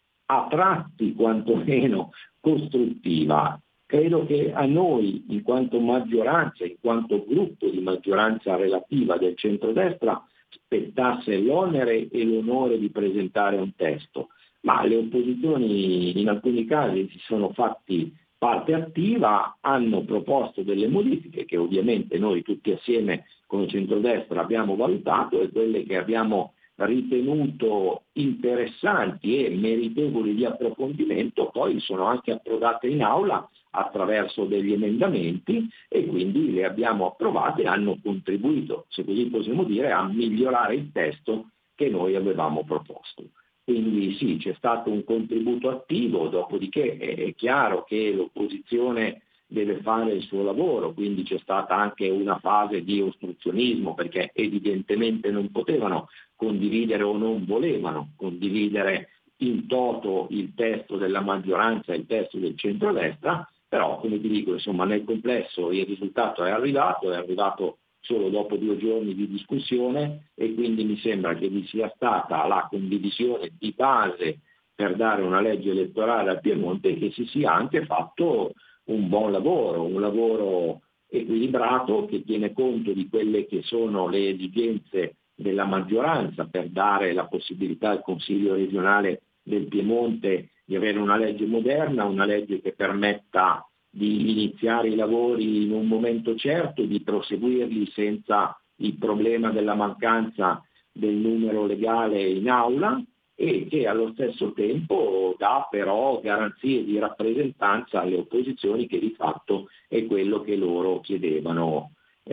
a tratti quantomeno costruttiva. Credo che a noi, in quanto maggioranza, in quanto gruppo di maggioranza relativa del centrodestra, spettasse l'onere e l'onore di presentare un testo, ma le opposizioni in alcuni casi si sono fatti parte attiva, hanno proposto delle modifiche che ovviamente noi tutti assieme come centrodestra abbiamo valutato, e quelle che abbiamo ritenuto interessanti e meritevoli di approfondimento poi sono anche approdate in aula attraverso degli emendamenti, e quindi le abbiamo approvate e hanno contribuito, se così possiamo dire, a migliorare il testo che noi avevamo proposto. Quindi sì, c'è stato un contributo attivo, dopodiché è chiaro che l'opposizione deve fare il suo lavoro, quindi c'è stata anche una fase di ostruzionismo, perché evidentemente non potevano condividere o non volevano condividere in toto il testo della maggioranza e il testo del centrodestra, però come ti dico, insomma, nel complesso il risultato è arrivato, è arrivato solo dopo due giorni di discussione, e quindi mi sembra che vi sia stata la condivisione di base per dare una legge elettorale al Piemonte, e che si sia anche fatto un buon lavoro, un lavoro equilibrato che tiene conto di quelle che sono le esigenze della maggioranza per dare la possibilità al Consiglio regionale del Piemonte di avere una legge moderna, una legge che permetta di iniziare i lavori in un momento certo, di proseguirli senza il problema della mancanza del numero legale in aula, e che allo stesso tempo dà però garanzie di rappresentanza alle opposizioni, che di fatto è quello che loro chiedevano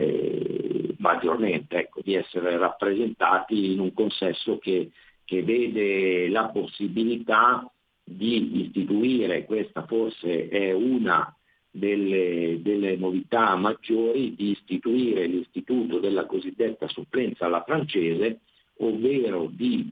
eh, maggiormente, ecco, di essere rappresentati in un consesso che, che vede la possibilità di istituire, questa forse è una delle, delle novità maggiori, di istituire l'istituto della cosiddetta supplenza alla francese, ovvero di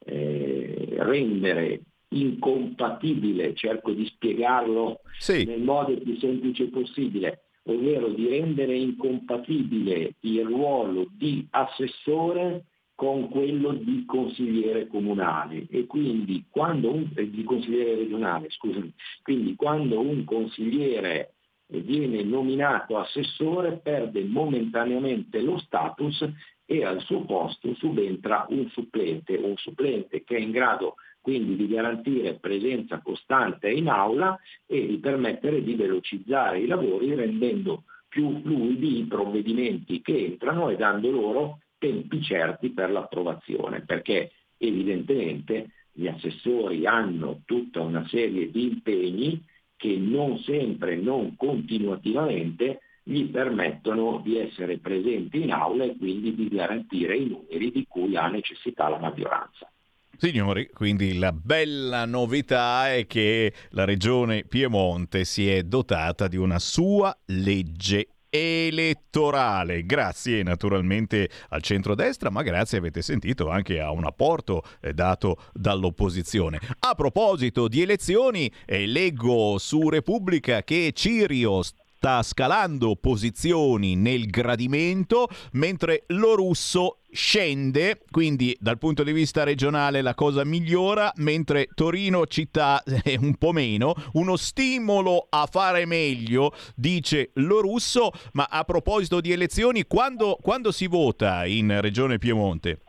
eh, rendere incompatibile, cerco di spiegarlo sì. nel modo più semplice possibile, ovvero di rendere incompatibile il ruolo di assessore con quello di consigliere comunale, e quindi quando un, eh, di consigliere regionale, scusami, quindi quando un consigliere viene nominato assessore perde momentaneamente lo status e al suo posto subentra un supplente, un supplente che è in grado quindi di garantire presenza costante in aula e di permettere di velocizzare i lavori, rendendo più fluidi i provvedimenti che entrano e dando loro tempi certi per l'approvazione, perché evidentemente gli assessori hanno tutta una serie di impegni che non sempre, non continuativamente, gli permettono di essere presenti in aula e quindi di garantire i numeri di cui ha necessità la maggioranza. Signori, quindi la bella novità è che la regione Piemonte si è dotata di una sua legge elettorale, grazie naturalmente al centrodestra, ma grazie, avete sentito, anche a un apporto eh, dato dall'opposizione. A proposito di elezioni, eh, leggo su Repubblica che Cirio sta scalando posizioni nel gradimento, mentre Lo Russo scende, quindi dal punto di vista regionale la cosa migliora, mentre Torino città è un po' meno. Uno stimolo a fare meglio, dice Lo Russo. Ma a proposito di elezioni, quando, quando si vota in Regione Piemonte?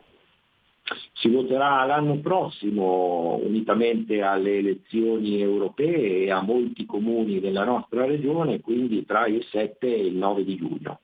Si voterà l'anno prossimo, unitamente alle elezioni europee e a molti comuni della nostra regione, quindi tra il sette e il nove di giugno.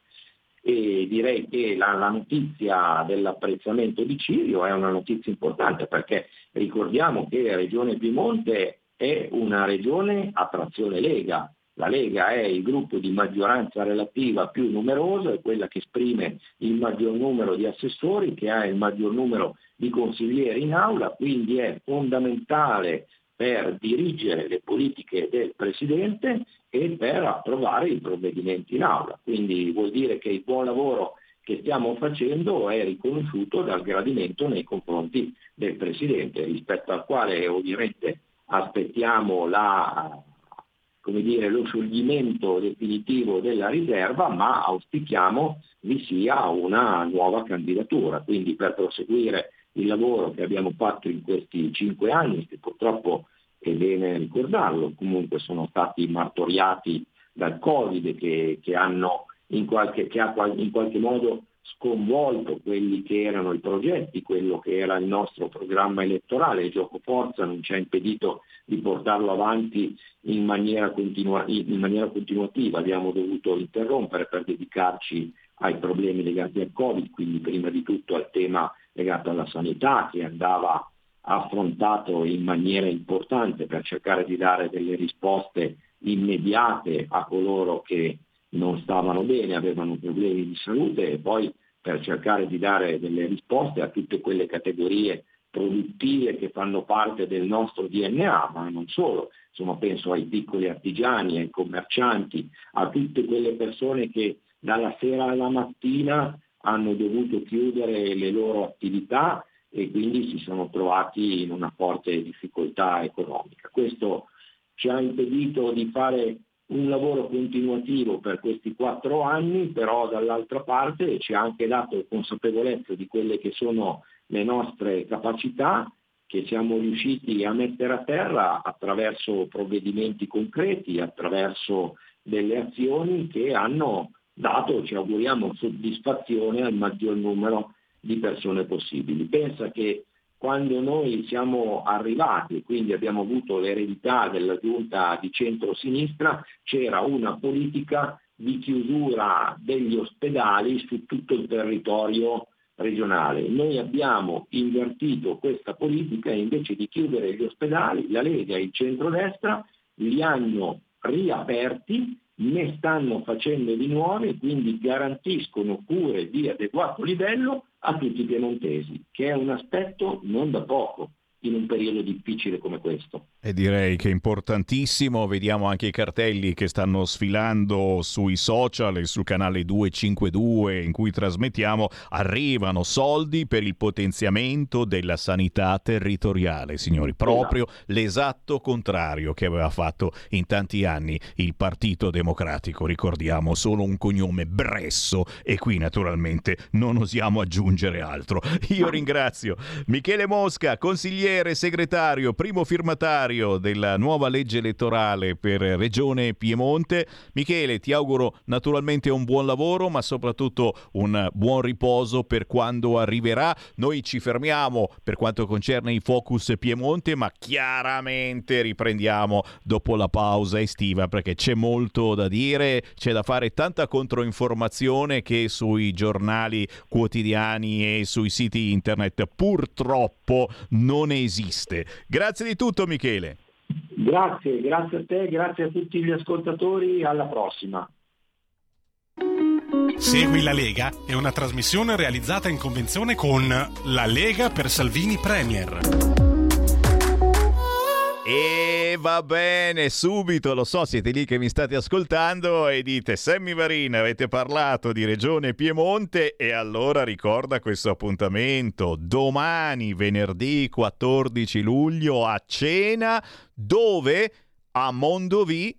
E direi che la, la notizia dell'apprezzamento di Cirio è una notizia importante, perché ricordiamo che la Regione Piemonte è una regione a trazione Lega. La Lega è il gruppo di maggioranza relativa più numeroso, è quella che esprime il maggior numero di assessori, che ha il maggior numero di consiglieri in aula, quindi è fondamentale per dirigere le politiche del Presidente e per approvare i provvedimenti in aula. Quindi vuol dire che il buon lavoro che stiamo facendo è riconosciuto dal gradimento nei confronti del Presidente, rispetto al quale ovviamente aspettiamo la, come dire, lo scioglimento definitivo della riserva, ma auspichiamo vi sia una nuova candidatura. Quindi per proseguire il lavoro che abbiamo fatto in questi cinque anni, che purtroppo è bene ricordarlo, comunque sono stati martoriati dal Covid, che, che hanno in qualche, che ha in qualche modo sconvolto quelli che erano i progetti, quello che era il nostro programma elettorale. Il gioco forza non ci ha impedito di portarlo avanti in maniera, continua, in maniera continuativa, abbiamo dovuto interrompere per dedicarci ai problemi legati al Covid, quindi prima di tutto al tema legato alla sanità, che andava affrontato in maniera importante per cercare di dare delle risposte immediate a coloro che non stavano bene, avevano problemi di salute, e poi per cercare di dare delle risposte a tutte quelle categorie produttive che fanno parte del nostro D N A, ma non solo. Insomma, penso ai piccoli artigiani, ai commercianti, a tutte quelle persone che dalla sera alla mattina hanno dovuto chiudere le loro attività e quindi si sono trovati in una forte difficoltà economica. Questo ci ha impedito di fare un lavoro continuativo per questi quattro anni, però dall'altra parte ci ha anche dato consapevolezza di quelle che sono le nostre capacità, che siamo riusciti a mettere a terra attraverso provvedimenti concreti, attraverso delle azioni che hanno dato, ci auguriamo, soddisfazione al maggior numero di persone possibili. Pensa che quando noi siamo arrivati, quindi abbiamo avuto l'eredità della giunta di centro-sinistra, c'era una politica di chiusura degli ospedali su tutto il territorio regionale. Noi abbiamo invertito questa politica e invece di chiudere gli ospedali, la Lega e il centrodestra li hanno riaperti, ne stanno facendo di nuovi e quindi garantiscono cure di adeguato livello a tutti i piemontesi, che è un aspetto non da poco in un periodo difficile come questo. E direi che è importantissimo. Vediamo anche i cartelli che stanno sfilando sui social e sul canale duecentocinquantadue in cui trasmettiamo. Arrivano soldi per il potenziamento della sanità territoriale, signori, proprio l'esatto contrario che aveva fatto in tanti anni il Partito Democratico. Ricordiamo, solo un cognome, Bresso, e qui naturalmente non osiamo aggiungere altro. Io ringrazio Michele Mosca, consigliere segretario, primo firmatario della nuova legge elettorale per Regione Piemonte. Michele, ti auguro naturalmente un buon lavoro, ma soprattutto un buon riposo per quando arriverà. Noi ci fermiamo per quanto concerne i Focus Piemonte, ma chiaramente riprendiamo dopo la pausa estiva, perché c'è molto da dire, c'è da fare tanta controinformazione che sui giornali quotidiani e sui siti internet purtroppo non esiste. Grazie di tutto, Michele. Grazie, grazie a te, grazie a tutti gli ascoltatori, alla prossima. Segui la Lega è una trasmissione realizzata in convenzione con La Lega per Salvini Premier. E va bene, subito, lo so, siete lì che mi state ascoltando e dite: Sammy Varin, avete parlato di Regione Piemonte, e allora ricorda questo appuntamento domani, venerdì quattordici luglio, a cena, dove? A Mondovì,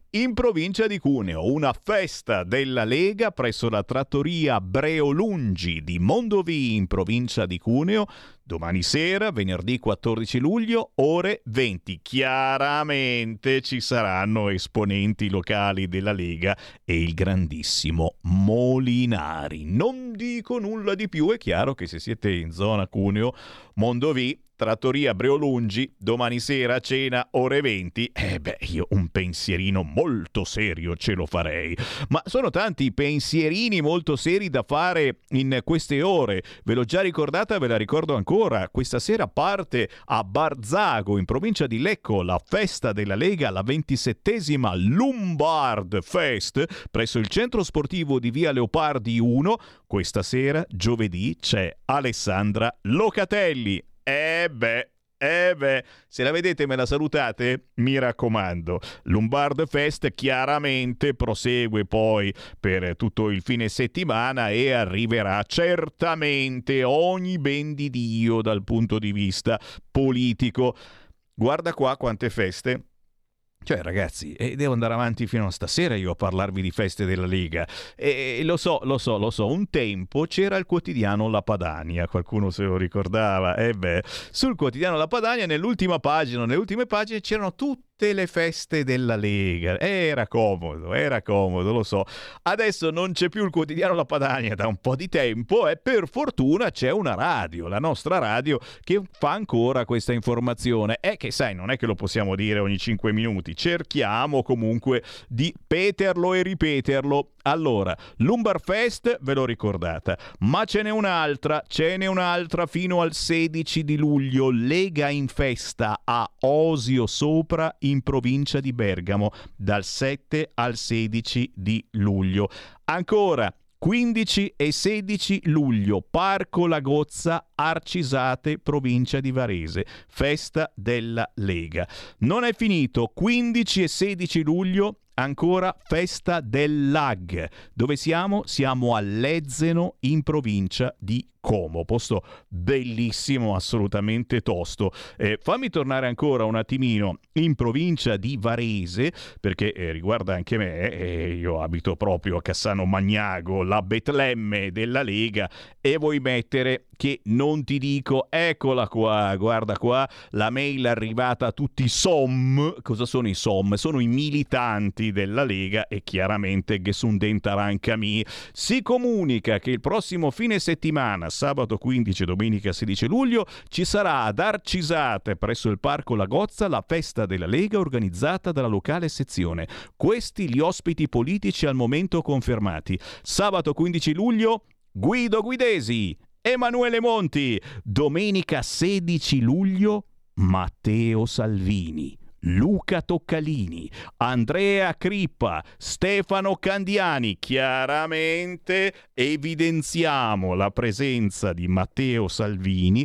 in provincia di Cuneo, una festa della Lega presso la trattoria Breolungi di Mondovì in provincia di Cuneo, domani sera, venerdì quattordici luglio, ore venti. Chiaramente ci saranno esponenti locali della Lega e il grandissimo Molinari. Non dico nulla di più, è chiaro che se siete in zona Cuneo, Mondovì, trattoria Breolungi, domani sera cena ore venti, eh beh, io un pensierino molto serio ce lo farei. Ma sono tanti i pensierini molto seri da fare in queste ore. Ve l'ho già ricordata, ve la ricordo ancora. Questa sera parte a Barzago, in provincia di Lecco, la festa della Lega, la ventisettesima Lombard Fest, presso il centro sportivo di via Leopardi uno. Questa sera, giovedì, c'è Alessandra Locatelli. Eh beh, eh beh, se la vedete me la salutate, mi raccomando. Lombard Fest chiaramente prosegue poi per tutto il fine settimana e arriverà certamente ogni ben di Dio dal punto di vista politico. Guarda qua quante feste. Cioè ragazzi, eh, devo andare avanti fino a stasera io a parlarvi di feste della Lega. E eh, lo so, lo so, lo so, un tempo c'era il quotidiano La Padania, qualcuno se lo ricordava. E eh beh, sul quotidiano La Padania nell'ultima pagina, nelle ultime pagine c'erano tutte le feste della Lega. Era comodo, era comodo, lo so. Adesso non c'è più il quotidiano La Padania da un po' di tempo e per fortuna c'è una radio, la nostra radio, che fa ancora questa informazione. E che sai, non è che lo possiamo dire ogni cinque minuti. Cerchiamo comunque di peterlo e ripeterlo. Allora, Lumbarfest ve l'ho ricordata, ma ce n'è un'altra, ce n'è un'altra fino al sedici di luglio, Lega in festa a Osio Sopra in provincia di Bergamo, dal sette al sedici di luglio. Ancora, quindici e sedici luglio, Parco Lagozza, Arcisate, provincia di Varese, festa della Lega. Non è finito, quindici e sedici luglio, ancora festa del L A G. Dove siamo? Siamo a Lezzeno in provincia di Como, posto bellissimo, assolutamente tosto. Eh, fammi tornare ancora un attimino in provincia di Varese, perché eh, riguarda anche me, eh, io abito proprio a Cassano Magnago, la Betlemme della Lega, e vuoi mettere che non ti dico, eccola qua, guarda qua, la mail arrivata a tutti i S O M. Cosa sono i S O M? Sono i militanti della Lega e chiaramente Gesundentarancami. Si comunica che il prossimo fine settimana, sabato quindici e domenica sedici luglio, ci sarà ad Arcisate, presso il Parco Lagozza, la festa della Lega organizzata dalla locale sezione. Questi gli ospiti politici al momento confermati. Sabato quindici luglio, Guido Guidesi, Emanuele Monti. Domenica sedici luglio, Matteo Salvini, Luca Toccalini, Andrea Crippa, Stefano Candiani. Chiaramente evidenziamo la presenza di Matteo Salvini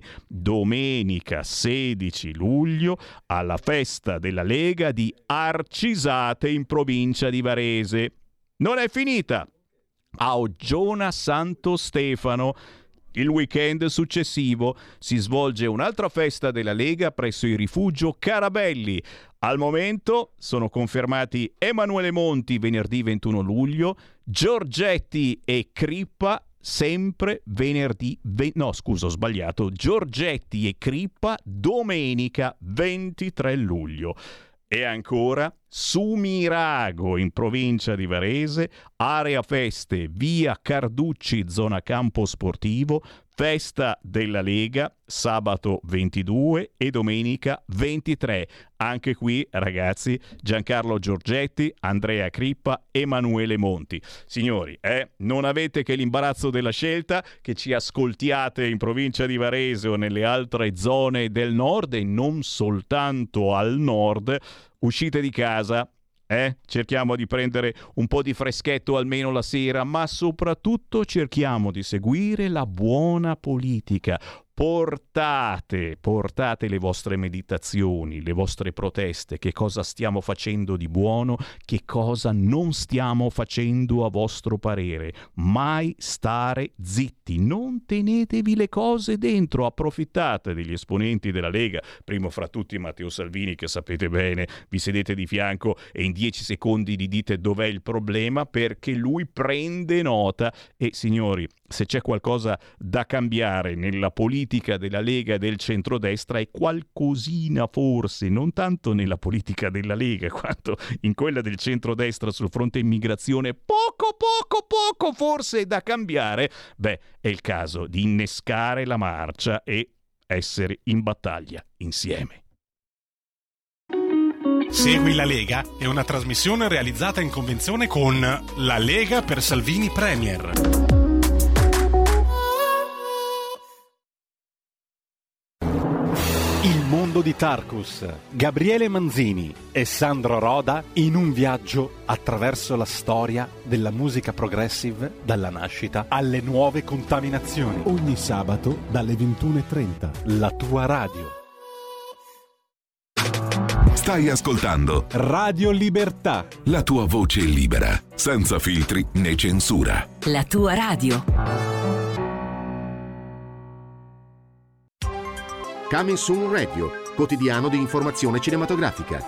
domenica sedici luglio alla festa della Lega di Arcisate in provincia di Varese. Non è finita. A Oggiona Santo Stefano, il weekend successivo, si svolge un'altra festa della Lega presso il rifugio Carabelli. Al momento sono confermati Emanuele Monti venerdì ventuno luglio, Giorgetti e Crippa sempre venerdì, ve- no scusa ho sbagliato, Giorgetti e Crippa domenica ventitré luglio. E ancora Sumirago in provincia di Varese, area feste, via Carducci, zona campo sportivo, festa della Lega, sabato ventidue e domenica ventitré. Anche qui, ragazzi, Giancarlo Giorgetti, Andrea Crippa, Emanuele Monti. Signori, eh, non avete che l'imbarazzo della scelta, che ci ascoltiate in provincia di Varese o nelle altre zone del nord e non soltanto al nord. Uscite di casa, eh? Cerchiamo di prendere un po' di freschetto almeno la sera, ma soprattutto cerchiamo di seguire la buona politica. portate, portate le vostre meditazioni, le vostre proteste, che cosa stiamo facendo di buono, che cosa non stiamo facendo a vostro parere. Mai stare zitti, non tenetevi le cose dentro, approfittate degli esponenti della Lega, primo fra tutti Matteo Salvini, che sapete bene, vi sedete di fianco e in dieci secondi gli dite dov'è il problema, perché lui prende nota. E signori, se c'è qualcosa da cambiare nella politica della Lega e del centrodestra è qualcosina, forse, non tanto nella politica della Lega quanto in quella del centrodestra sul fronte immigrazione, poco poco poco forse da cambiare. Beh, è il caso di innescare la marcia e essere in battaglia insieme. Segui la Lega è una trasmissione realizzata in convenzione con La Lega per Salvini Premier. Il mondo di Tarkus, Gabriele Manzini e Sandro Roda in un viaggio attraverso la storia della musica progressive dalla nascita alle nuove contaminazioni. Ogni sabato dalle ventuno e trenta. La tua radio. Stai ascoltando Radio Libertà. La tua voce libera, senza filtri né censura. La tua radio. Coming Soon Radio, quotidiano di informazione cinematografica.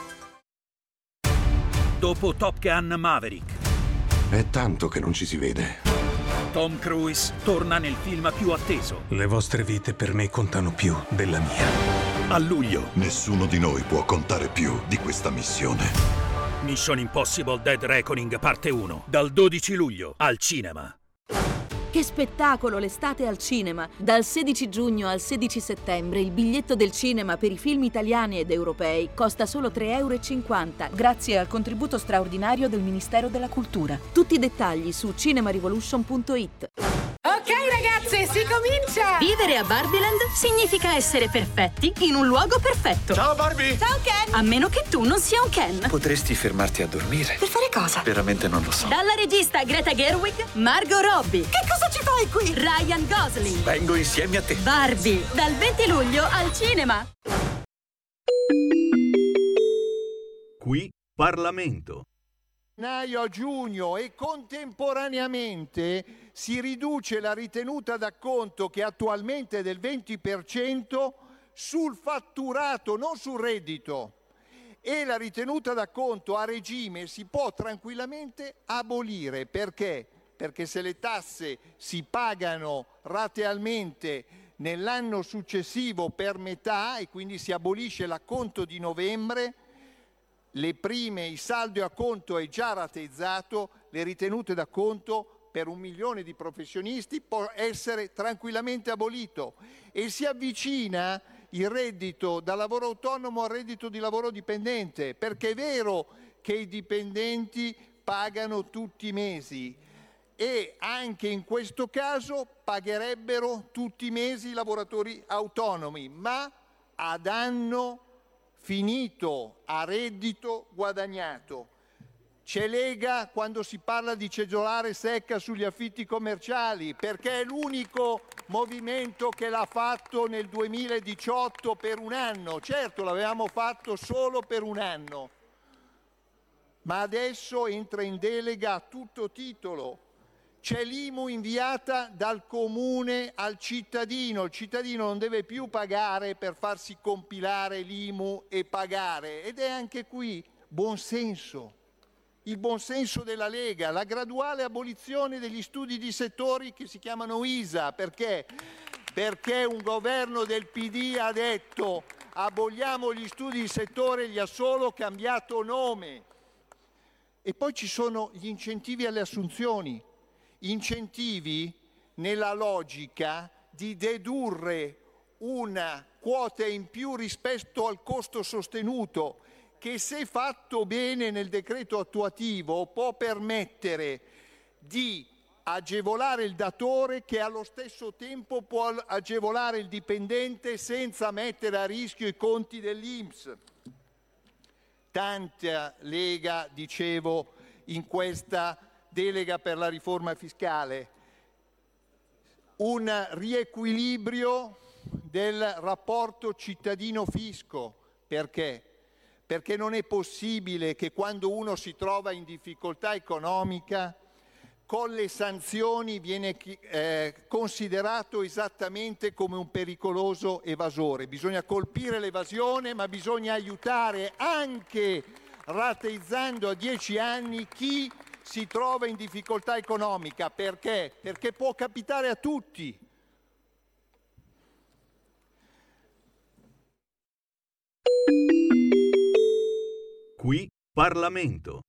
Dopo Top Gun Maverick. È tanto che non ci si vede. Tom Cruise torna nel film più atteso. Le vostre vite per me contano più della mia. A luglio. Nessuno di noi può contare più di questa missione. Mission Impossible Dead Reckoning parte uno. Dal dodici luglio al cinema. Che spettacolo l'estate al cinema! Dal sedici giugno al sedici settembre il biglietto del cinema per i film italiani ed europei costa solo tre euro e cinquanta grazie al contributo straordinario del Ministero della Cultura. Tutti i dettagli su cinemarevolution punto it. Ok ragazze, si comincia! Vivere a Barbieland significa essere perfetti in un luogo perfetto. Ciao Barbie! Ciao Ken! A meno che tu non sia un Ken. Potresti fermarti a dormire? Per fare cosa? Veramente non lo so. Dalla regista Greta Gerwig, Margot Robbie. Che cosa ci fai qui? Ryan Gosling. Vengo insieme a te. Barbie, dal venti luglio al cinema. Qui Parlamento. Gennaio a giugno e contemporaneamente si riduce la ritenuta d'acconto, che attualmente è del venti per cento, sul fatturato, non sul reddito. E la ritenuta d'acconto a regime si può tranquillamente abolire. Perché? Perché se le tasse si pagano ratealmente nell'anno successivo per metà e quindi si abolisce l'acconto di novembre, le prime, il saldo a conto è già rateizzato, le ritenute d'acconto per un milione di professionisti può essere tranquillamente abolito e si avvicina il reddito da lavoro autonomo al reddito di lavoro dipendente, perché è vero che i dipendenti pagano tutti i mesi e anche in questo caso pagherebbero tutti i mesi i lavoratori autonomi, ma a danno finito, a reddito guadagnato. C'è Lega quando si parla di cedolare secca sugli affitti commerciali, perché è l'unico movimento che l'ha fatto nel duemiladiciotto per un anno. Certo, l'avevamo fatto solo per un anno, ma adesso entra in delega a tutto titolo. C'è l'I M U inviata dal comune al cittadino, il cittadino non deve più pagare per farsi compilare l'I M U e pagare, ed è anche qui buonsenso, il buonsenso della Lega, la graduale abolizione degli studi di settori che si chiamano I S A, perché? Perché un governo del P D ha detto aboliamo gli studi di settore, gli ha solo cambiato nome. E poi ci sono gli incentivi alle assunzioni. Incentivi nella logica di dedurre una quota in più rispetto al costo sostenuto, che se fatto bene nel decreto attuativo può permettere di agevolare il datore, che allo stesso tempo può agevolare il dipendente senza mettere a rischio i conti dell'I N P S. Tanta Lega, dicevo, in questa delega per la riforma fiscale. un riequilibrio del rapporto cittadino-fisco. Perché? Perché non è possibile che quando uno si trova in difficoltà economica, con le sanzioni viene eh, considerato esattamente come un pericoloso evasore. Bisogna colpire l'evasione, ma bisogna aiutare anche rateizzando a dieci anni chi si trova in difficoltà economica. Perché? Perché può capitare a tutti. Qui Parlamento.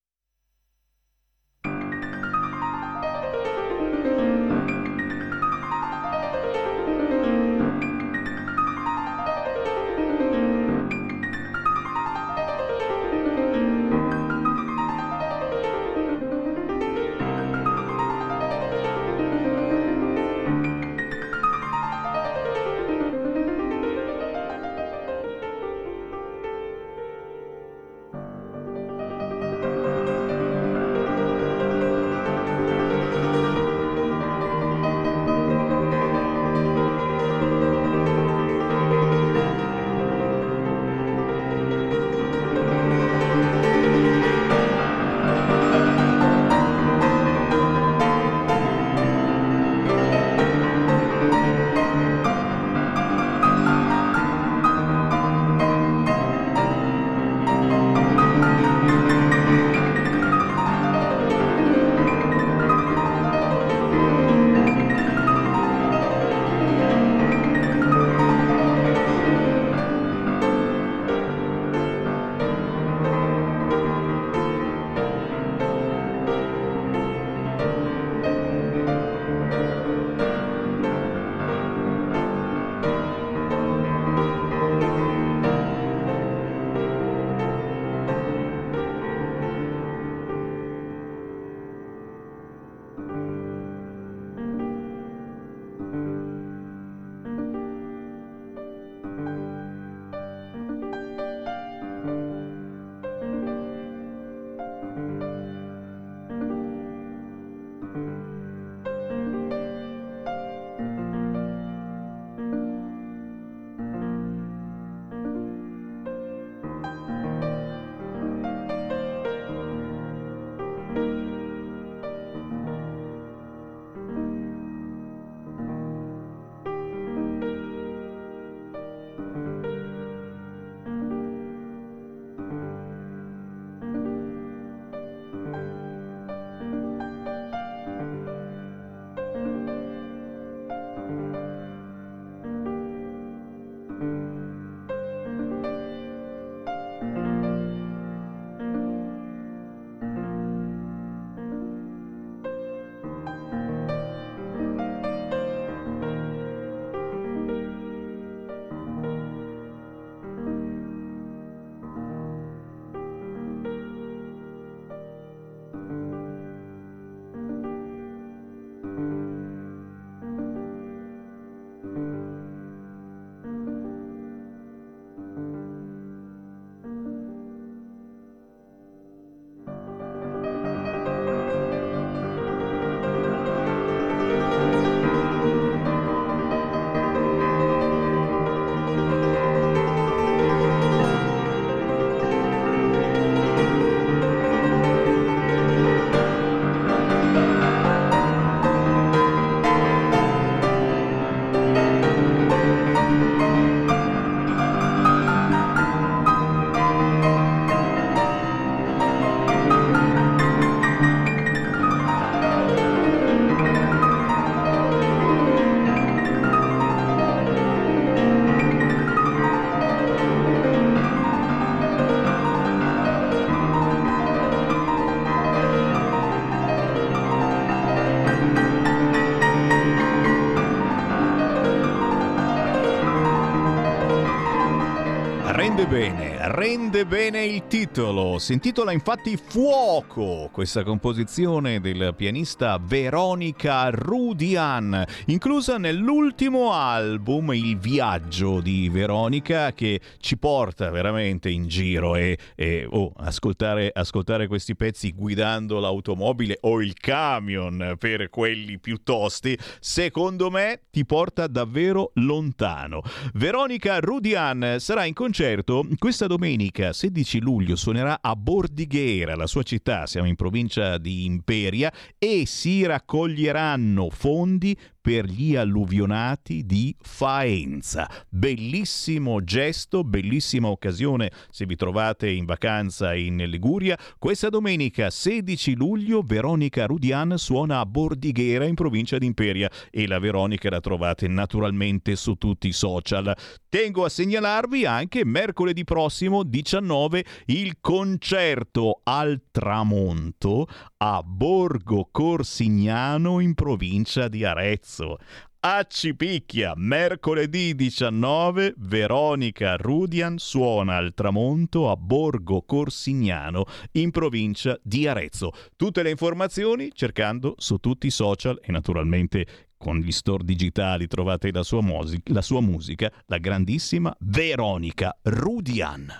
Rende bene, rende bene il titolo. Si intitola infatti Fuoco, questa composizione del pianista Veronica Rudian, inclusa nell'ultimo album Il Viaggio di Veronica, che ci porta veramente in giro e, e oh, ascoltare, ascoltare questi pezzi guidando l'automobile o il camion, per quelli più tosti, secondo me ti porta davvero lontano. Veronica Rudian sarà in concerto questa domenica sedici luglio, suonerà a Bordighera, la sua città, siamo in provincia di Imperia, e si raccoglieranno fondi per gli alluvionati di Faenza. Bellissimo gesto, bellissima occasione se vi trovate in vacanza in Liguria. Questa domenica sedici luglio Veronica Rudian suona a Bordighera in provincia di Imperia e la Veronica la trovate naturalmente su tutti i social. Tengo a segnalarvi anche mercoledì prossimo diciannove il concerto al tramonto a Borgo Corsignano in provincia di Arezzo. A Cipicchia, mercoledì diciannove, Veronica Rudian suona al tramonto a Borgo Corsignano in provincia di Arezzo. Tutte le informazioni cercando su tutti i social e naturalmente con gli store digitali trovate la sua, music- la sua musica, la grandissima Veronica Rudian.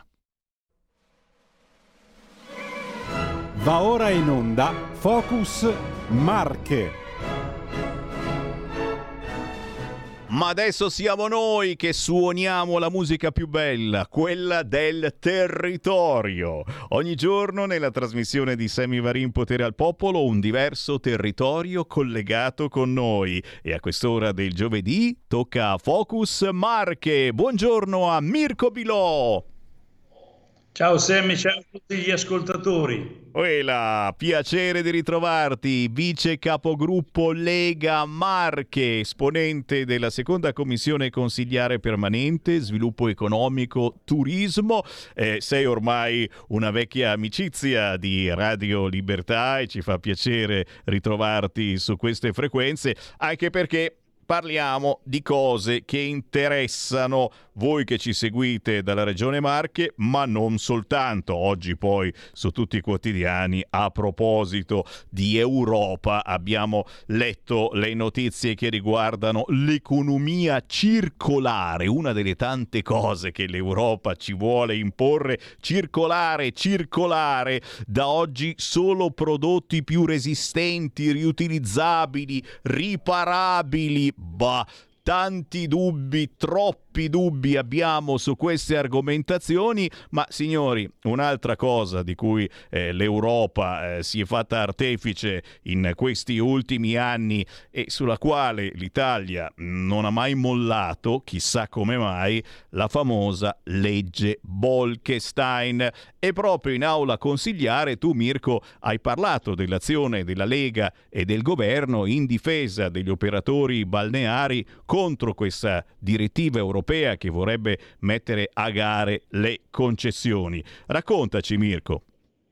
Va ora in onda Focus Marche. Ma adesso siamo noi che suoniamo la musica più bella, quella del territorio. Ogni giorno nella trasmissione di Sammy Varin Potere al Popolo un diverso territorio collegato con noi. E a quest'ora del giovedì tocca a Focus Marche. Buongiorno a Mirko Bilò. Ciao Sammy, ciao a tutti gli ascoltatori. Uela, piacere di ritrovarti, vice capogruppo Lega Marche, esponente della seconda commissione consigliare permanente, sviluppo economico, turismo. Eh, sei ormai una vecchia amicizia di Radio Libertà e ci fa piacere ritrovarti su queste frequenze, anche perché parliamo di cose che interessano voi che ci seguite dalla Regione Marche, ma non soltanto. Oggi poi su tutti i quotidiani, a proposito di Europa, abbiamo letto le notizie che riguardano l'economia circolare, una delle tante cose che l'Europa ci vuole imporre. Circolare, circolare, da oggi solo prodotti più resistenti, riutilizzabili, riparabili. Bah, tanti dubbi, troppi dubbi abbiamo su queste argomentazioni, ma signori, un'altra cosa di cui eh, l'Europa eh, si è fatta artefice in questi ultimi anni e sulla quale l'Italia non ha mai mollato, chissà come mai, la famosa legge Bolkestein. E proprio in aula consigliare tu, Mirko, hai parlato dell'azione della Lega e del governo in difesa degli operatori balneari contro questa direttiva europea che vorrebbe mettere a gare le concessioni. Raccontaci, Mirko.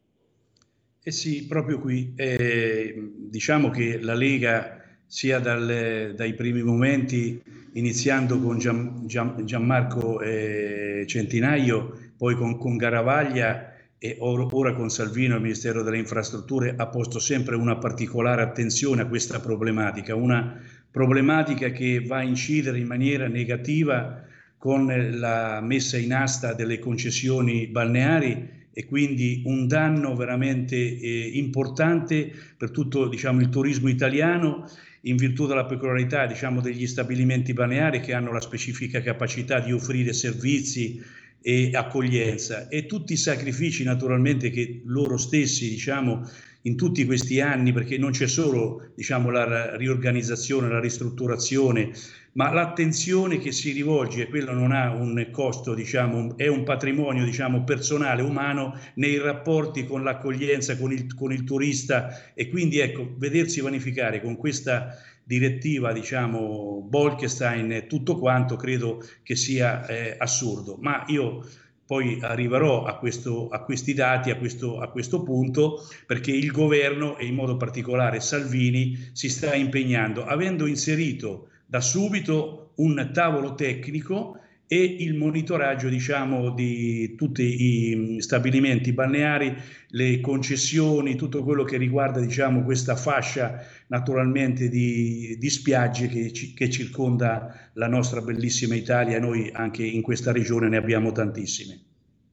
Eh sì, proprio qui. Eh, diciamo che la Lega, sia dal, dai primi momenti, iniziando con Gian, Gian, Gianmarco eh, Centinaio, poi con, con Garavaglia e or, ora con Salvino al Ministero delle Infrastrutture, ha posto sempre una particolare attenzione a questa problematica, una problematica che va a incidere in maniera negativa con la messa in asta delle concessioni balneari e quindi un danno veramente eh, importante per tutto, diciamo, il turismo italiano, in virtù della peculiarità, diciamo, degli stabilimenti balneari che hanno la specifica capacità di offrire servizi e accoglienza, e tutti i sacrifici naturalmente che loro stessi, diciamo, in tutti questi anni, perché non c'è solo, diciamo, la riorganizzazione, la ristrutturazione, ma l'attenzione che si rivolge, quello non ha un costo, diciamo, è un patrimonio, diciamo, personale, umano, nei rapporti con l'accoglienza, con il, con il turista, e quindi ecco, vedersi vanificare con questa direttiva, diciamo, Bolkestein e tutto quanto, credo che sia eh, assurdo. Ma io poi arriverò a, questo, a questi dati, a questo, a questo punto, perché il governo, e in modo particolare Salvini, si sta impegnando, avendo inserito da subito un tavolo tecnico e il monitoraggio, diciamo, di tutti i stabilimenti balneari, le concessioni, tutto quello che riguarda, diciamo, questa fascia naturalmente di, di spiagge che, che circonda la nostra bellissima Italia. Noi anche in questa regione ne abbiamo tantissime.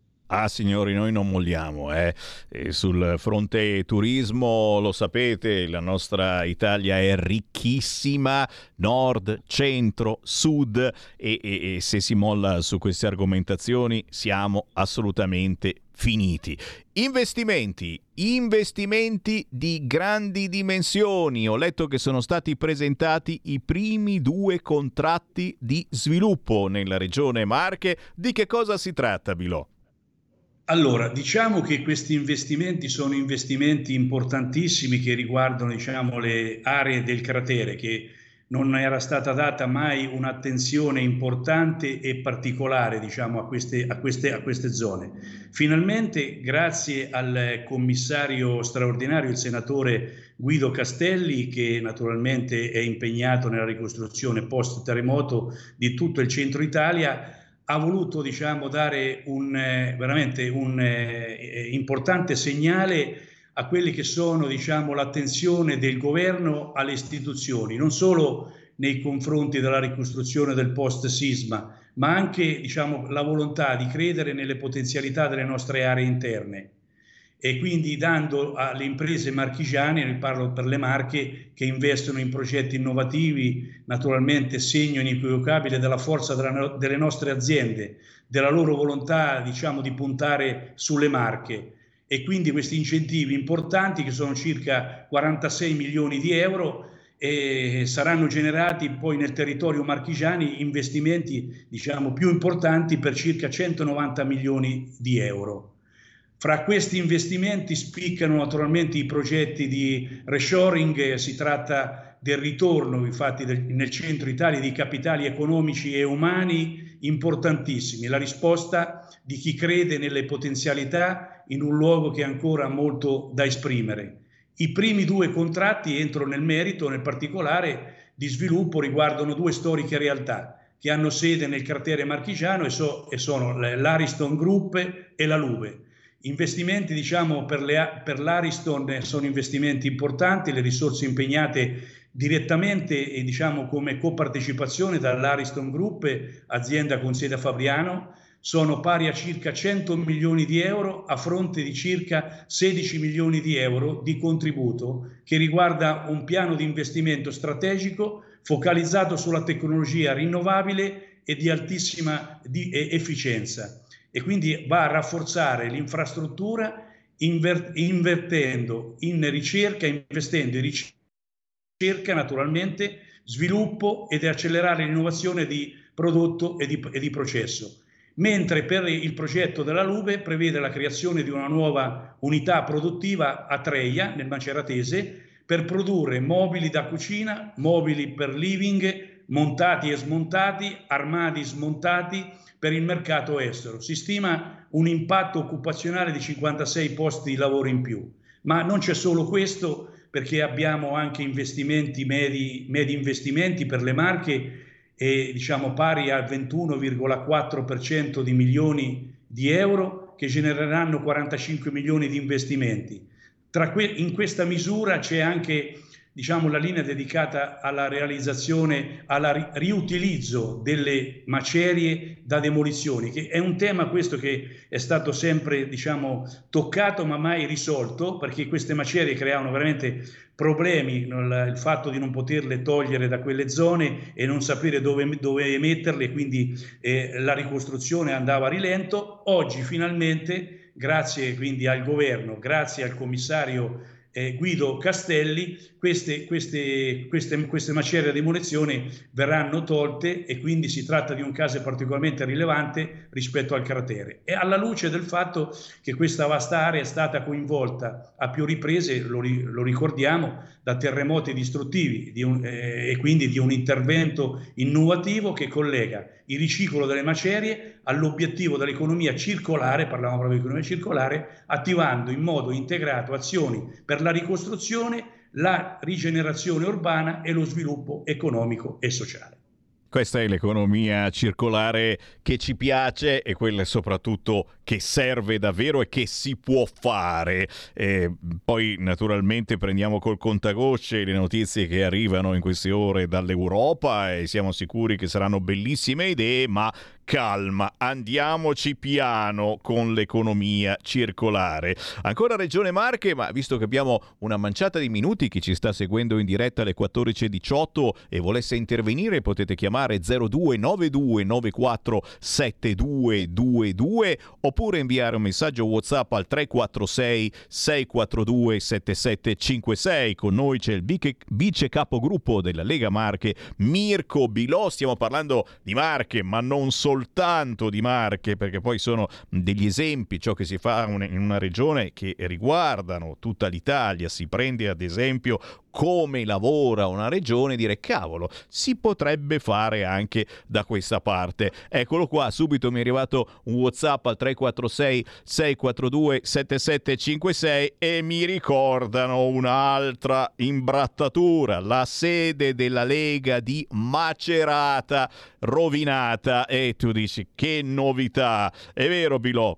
Ah signori, noi non molliamo, eh. E sul fronte turismo, lo sapete, la nostra Italia è ricchissima, nord, centro, sud, e, e, e se si molla su queste argomentazioni siamo assolutamente finiti. Investimenti, investimenti di grandi dimensioni. Ho letto che sono stati presentati i primi due contratti di sviluppo nella regione Marche. Di che cosa si tratta, Bilò? Allora, diciamo che questi investimenti sono investimenti importantissimi che riguardano, diciamo, le aree del cratere, che non era stata data mai un'attenzione importante e particolare, diciamo, a queste, a queste, a queste zone. Finalmente, grazie al commissario straordinario, il senatore Guido Castelli, che naturalmente è impegnato nella ricostruzione post-terremoto di tutto il centro Italia, ha voluto, diciamo, dare un, eh, veramente un eh, importante segnale a quelli che sono, diciamo, l'attenzione del governo alle istituzioni, non solo nei confronti della ricostruzione del post-sisma, ma anche, diciamo, la volontà di credere nelle potenzialità delle nostre aree interne. E quindi dando alle imprese marchigiane, ne parlo per le Marche, che investono in progetti innovativi, naturalmente segno inequivocabile della forza della, delle nostre aziende, della loro volontà, diciamo, di puntare sulle Marche. E quindi questi incentivi importanti, che sono circa quarantasei milioni di euro, e saranno generati poi nel territorio marchigiani investimenti, diciamo, più importanti per circa centonovanta milioni di euro. Fra questi investimenti spiccano naturalmente i progetti di reshoring. Si tratta del ritorno, infatti, del, nel centro Italia di capitali economici e umani importantissimi, la risposta di chi crede nelle potenzialità in un luogo che ha ancora molto da esprimere. I primi due contratti, entro nel merito, nel particolare di sviluppo, riguardano due storiche realtà che hanno sede nel cratere marchigiano e, so, e sono l'Ariston Group e la Luve. Investimenti, diciamo, per, le, per l'Ariston sono investimenti importanti, le risorse impegnate direttamente e, diciamo, come copartecipazione dall'Ariston Group, azienda con sede a Fabriano, sono pari a circa cento milioni di euro a fronte di circa sedici milioni di euro di contributo, che riguarda un piano di investimento strategico focalizzato sulla tecnologia rinnovabile e di altissima di, e, efficienza. E quindi va a rafforzare l'infrastruttura inver- invertendo in ricerca, investendo in ricerca, naturalmente, sviluppo ed accelerare l'innovazione di prodotto e di, e di processo. Mentre per il progetto della Luve prevede la creazione di una nuova unità produttiva a Treia, nel Maceratese, per produrre mobili da cucina, mobili per living, montati e smontati, armadi smontati, per il mercato estero. Si stima un impatto occupazionale di cinquantasei posti di lavoro in più, ma non c'è solo questo, perché abbiamo anche investimenti medi, medi investimenti per le Marche, e, diciamo, pari al ventuno virgola quattro per cento di milioni di euro, che genereranno quarantacinque milioni di investimenti. Tra que- in questa misura c'è anche, diciamo, la linea dedicata alla realizzazione, al ri- riutilizzo delle macerie da demolizioni, che è un tema questo che è stato sempre, diciamo, toccato ma mai risolto, perché queste macerie creavano veramente problemi, il fatto di non poterle togliere da quelle zone e non sapere dove, dove metterle, quindi eh, la ricostruzione andava a rilento. Oggi finalmente, grazie quindi al governo, grazie al commissario Eh, Guido Castelli, queste, queste, queste, queste macerie di demolizione verranno tolte, e quindi si tratta di un caso particolarmente rilevante rispetto al cratere. E alla luce del fatto che questa vasta area è stata coinvolta a più riprese, lo, lo ricordiamo, da terremoti distruttivi di un, eh, e quindi di un intervento innovativo che collega il riciclo delle macerie all'obiettivo dell'economia circolare, parliamo proprio di economia circolare, attivando in modo integrato azioni per la ricostruzione, la rigenerazione urbana e lo sviluppo economico e sociale. Questa è l'economia circolare che ci piace e quella soprattutto che serve davvero e che si può fare. E poi naturalmente prendiamo col contagocce le notizie che arrivano in queste ore dall'Europa e siamo sicuri che saranno bellissime idee, ma calma, andiamoci piano con l'economia circolare. Ancora Regione Marche, ma visto che abbiamo una manciata di minuti, chi ci sta seguendo in diretta alle quattordici e diciotto e volesse intervenire potete chiamare zero due nove due nove quattro sette due due due oppure inviare un messaggio WhatsApp al tre quattro sei sei quattro due sette sette cinque sei. Con noi c'è il vice, vice capogruppo della Lega Marche, Mirko Bilò. Stiamo parlando di Marche, ma non soltanto di Marche, perché poi sono degli esempi, ciò che si fa in una regione che riguardano tutta l'Italia. Si prende ad esempio come lavora una regione e dire cavolo, si potrebbe fare anche da questa parte. Eccolo qua, subito mi è arrivato un WhatsApp al tre quattro sei sei quattro due sette sette cinque sei e mi ricordano un'altra imbrattatura, la sede della Lega di Macerata rovinata, e tu dici che novità. È vero, Bilò?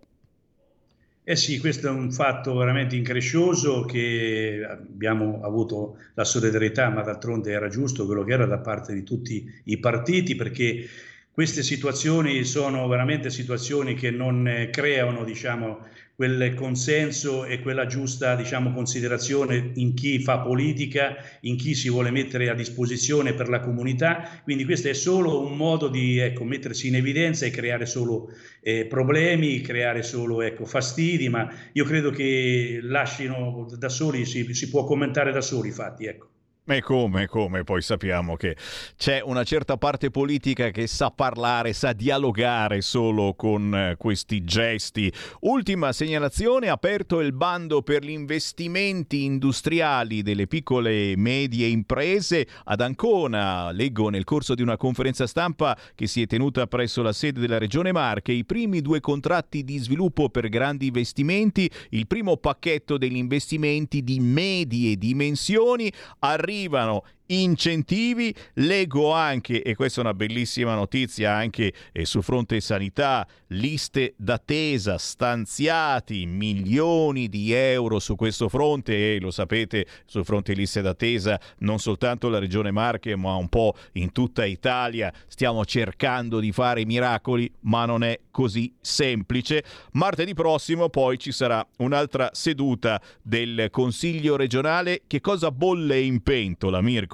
Eh sì, questo è un fatto veramente increscioso, che abbiamo avuto la solidarietà, ma d'altronde era giusto quello che era da parte di tutti i partiti, perché queste situazioni sono veramente situazioni che non creano, diciamo, quel consenso e quella giusta, diciamo, considerazione in chi fa politica, in chi si vuole mettere a disposizione per la comunità. Quindi questo è solo un modo di, ecco, mettersi in evidenza e creare solo eh, problemi, creare solo, ecco, fastidi, ma io credo che lasciano da soli, si, si può commentare da soli i fatti, ecco. E come, come, poi sappiamo che c'è una certa parte politica che sa parlare, sa dialogare solo con eh, questi gesti. Ultima segnalazione, aperto il bando per gli investimenti industriali delle piccole e medie imprese ad Ancona. Leggo nel corso di una conferenza stampa che si è tenuta presso la sede della Regione Marche i primi due contratti di sviluppo per grandi investimenti, il primo pacchetto degli investimenti di medie dimensioni. Arriva Arrivano incentivi, leggo anche, e questa è una bellissima notizia anche eh, sul fronte sanità, liste d'attesa, stanziati milioni di euro su questo fronte, e lo sapete, sul fronte liste d'attesa non soltanto la Regione Marche ma un po' in tutta Italia stiamo cercando di fare miracoli, ma non è così semplice. Martedì prossimo poi ci sarà un'altra seduta del Consiglio regionale. Che cosa bolle in pentola, Mirko?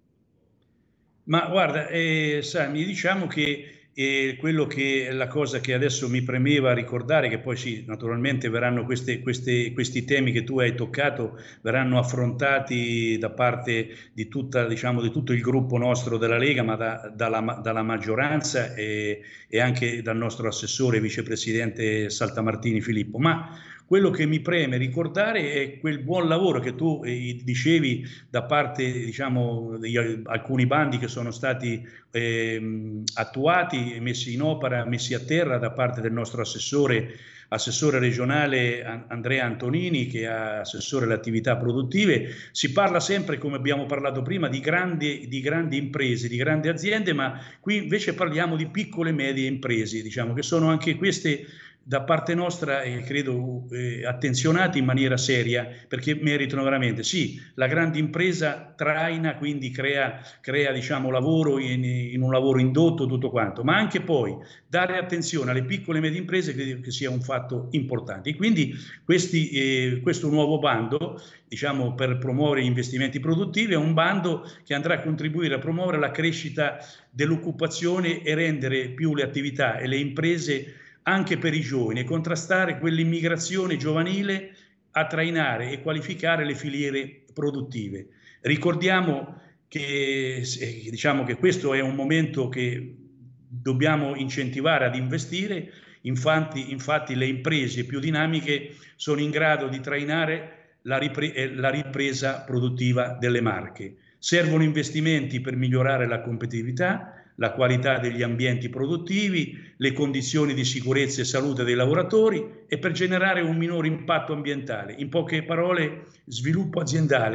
Ma guarda, eh, Sami, diciamo che eh, quello che la cosa che adesso mi premeva ricordare, che poi sì, naturalmente verranno queste, queste, questi temi che tu hai toccato, verranno affrontati da parte di, tutta, diciamo, di tutto il gruppo nostro della Lega, ma da, dalla, dalla maggioranza e, e anche dal nostro assessore vicepresidente Saltamartini Filippo. Ma quello che mi preme ricordare è quel buon lavoro che tu eh, dicevi da parte, diciamo, di alcuni bandi che sono stati eh, attuati, messi in opera, messi a terra da parte del nostro assessore, assessore regionale Andrea Antonini, che è assessore alle attività produttive. Si parla sempre, come abbiamo parlato prima, di grandi, di grandi imprese, di grandi aziende, ma qui invece parliamo di piccole e medie imprese, diciamo, che sono anche queste da parte nostra, eh, credo, eh, attenzionati in maniera seria, perché meritano veramente. Sì, la grande impresa traina, quindi crea, crea diciamo, lavoro in, in un lavoro indotto, tutto quanto, ma anche poi dare attenzione alle piccole e medie imprese credo che sia un fatto importante. E quindi questi, eh, questo nuovo bando, diciamo, per promuovere gli investimenti produttivi, è un bando che andrà a contribuire a promuovere la crescita dell'occupazione e rendere più le attività e le imprese anche per i giovani, e contrastare quell'immigrazione giovanile, a trainare e qualificare le filiere produttive. Ricordiamo che, diciamo, che questo è un momento che dobbiamo incentivare ad investire, infatti, infatti le imprese più dinamiche sono in grado di trainare la, ripre- la ripresa produttiva delle Marche. Servono investimenti per migliorare la competitività, la qualità degli ambienti produttivi, le condizioni di sicurezza e salute dei lavoratori e per generare un minore impatto ambientale. In poche parole, sviluppo aziendale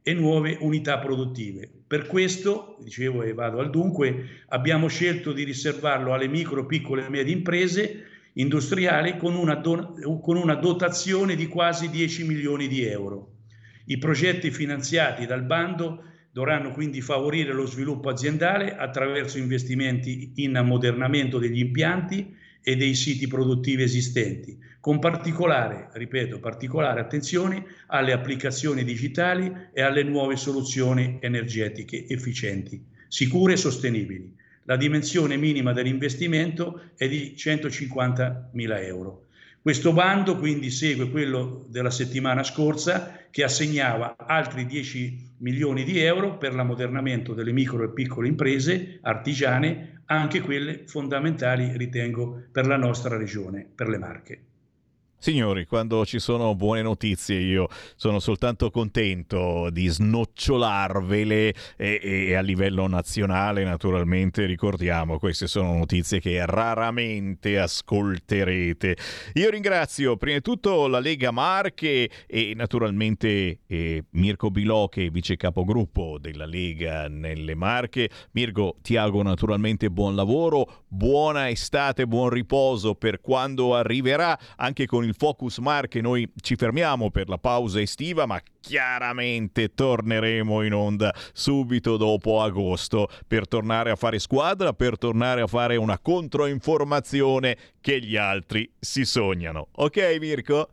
e nuove unità produttive. Per questo, dicevo e vado al dunque, abbiamo scelto di riservarlo alle micro, piccole e medie imprese industriali con una, do- con una dotazione di quasi dieci milioni di euro. I progetti finanziati dal bando dovranno quindi favorire lo sviluppo aziendale attraverso investimenti in ammodernamento degli impianti e dei siti produttivi esistenti, con particolare, ripeto, particolare attenzione alle applicazioni digitali e alle nuove soluzioni energetiche efficienti, sicure e sostenibili. La dimensione minima dell'investimento è di centocinquantamila euro. Questo bando quindi segue quello della settimana scorsa, che assegnava altri dieci milioni di euro per l'ammodernamento delle micro e piccole imprese artigiane, anche quelle fondamentali, ritengo, per la nostra regione, per le Marche. Signori, quando ci sono buone notizie io sono soltanto contento di snocciolarvele e, e a livello nazionale naturalmente ricordiamo, queste sono notizie che raramente ascolterete. Io ringrazio prima di tutto la Lega Marche e naturalmente eh, Mirko Bilò, che è vice capogruppo della Lega nelle Marche. Mirko, ti auguro naturalmente buon lavoro, buona estate, buon riposo per quando arriverà. Anche con il Focus Marche noi ci fermiamo per la pausa estiva, ma chiaramente torneremo in onda subito dopo agosto per tornare a fare squadra, per tornare a fare una controinformazione che gli altri si sognano. Ok Mirko?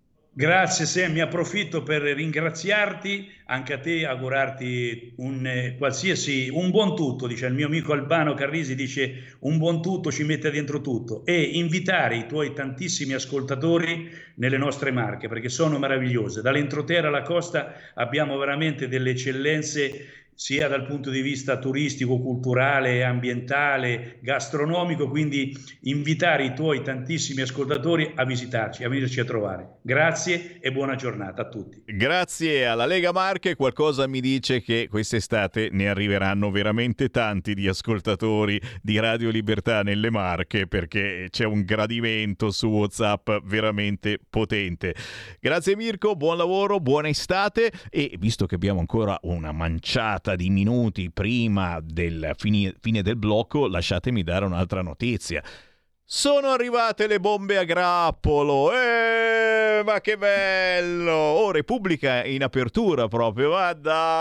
Grazie Sam, mi approfitto per ringraziarti, anche a te, augurarti un eh, qualsiasi, un buon tutto, dice il mio amico Albano Carrisi, dice un buon tutto ci mette dentro tutto, e invitare i tuoi tantissimi ascoltatori nelle nostre Marche, perché sono meravigliose, dall'entroterra alla costa abbiamo veramente delle eccellenze sia dal punto di vista turistico, culturale, ambientale, gastronomico, quindi invitare i tuoi tantissimi ascoltatori a visitarci, a venirci a trovare. Grazie e buona giornata a tutti. Grazie alla Lega Marche, qualcosa mi dice che quest'estate ne arriveranno veramente tanti di ascoltatori di Radio Libertà nelle Marche, perché c'è un gradimento su WhatsApp veramente potente. Grazie Mirko, buon lavoro, buona estate, e visto che abbiamo ancora una manciata di minuti prima del fine, fine del blocco, lasciatemi dare un'altra notizia. Sono arrivate le bombe a grappolo, eh, ma che bello! Oh, Repubblica in apertura proprio, ma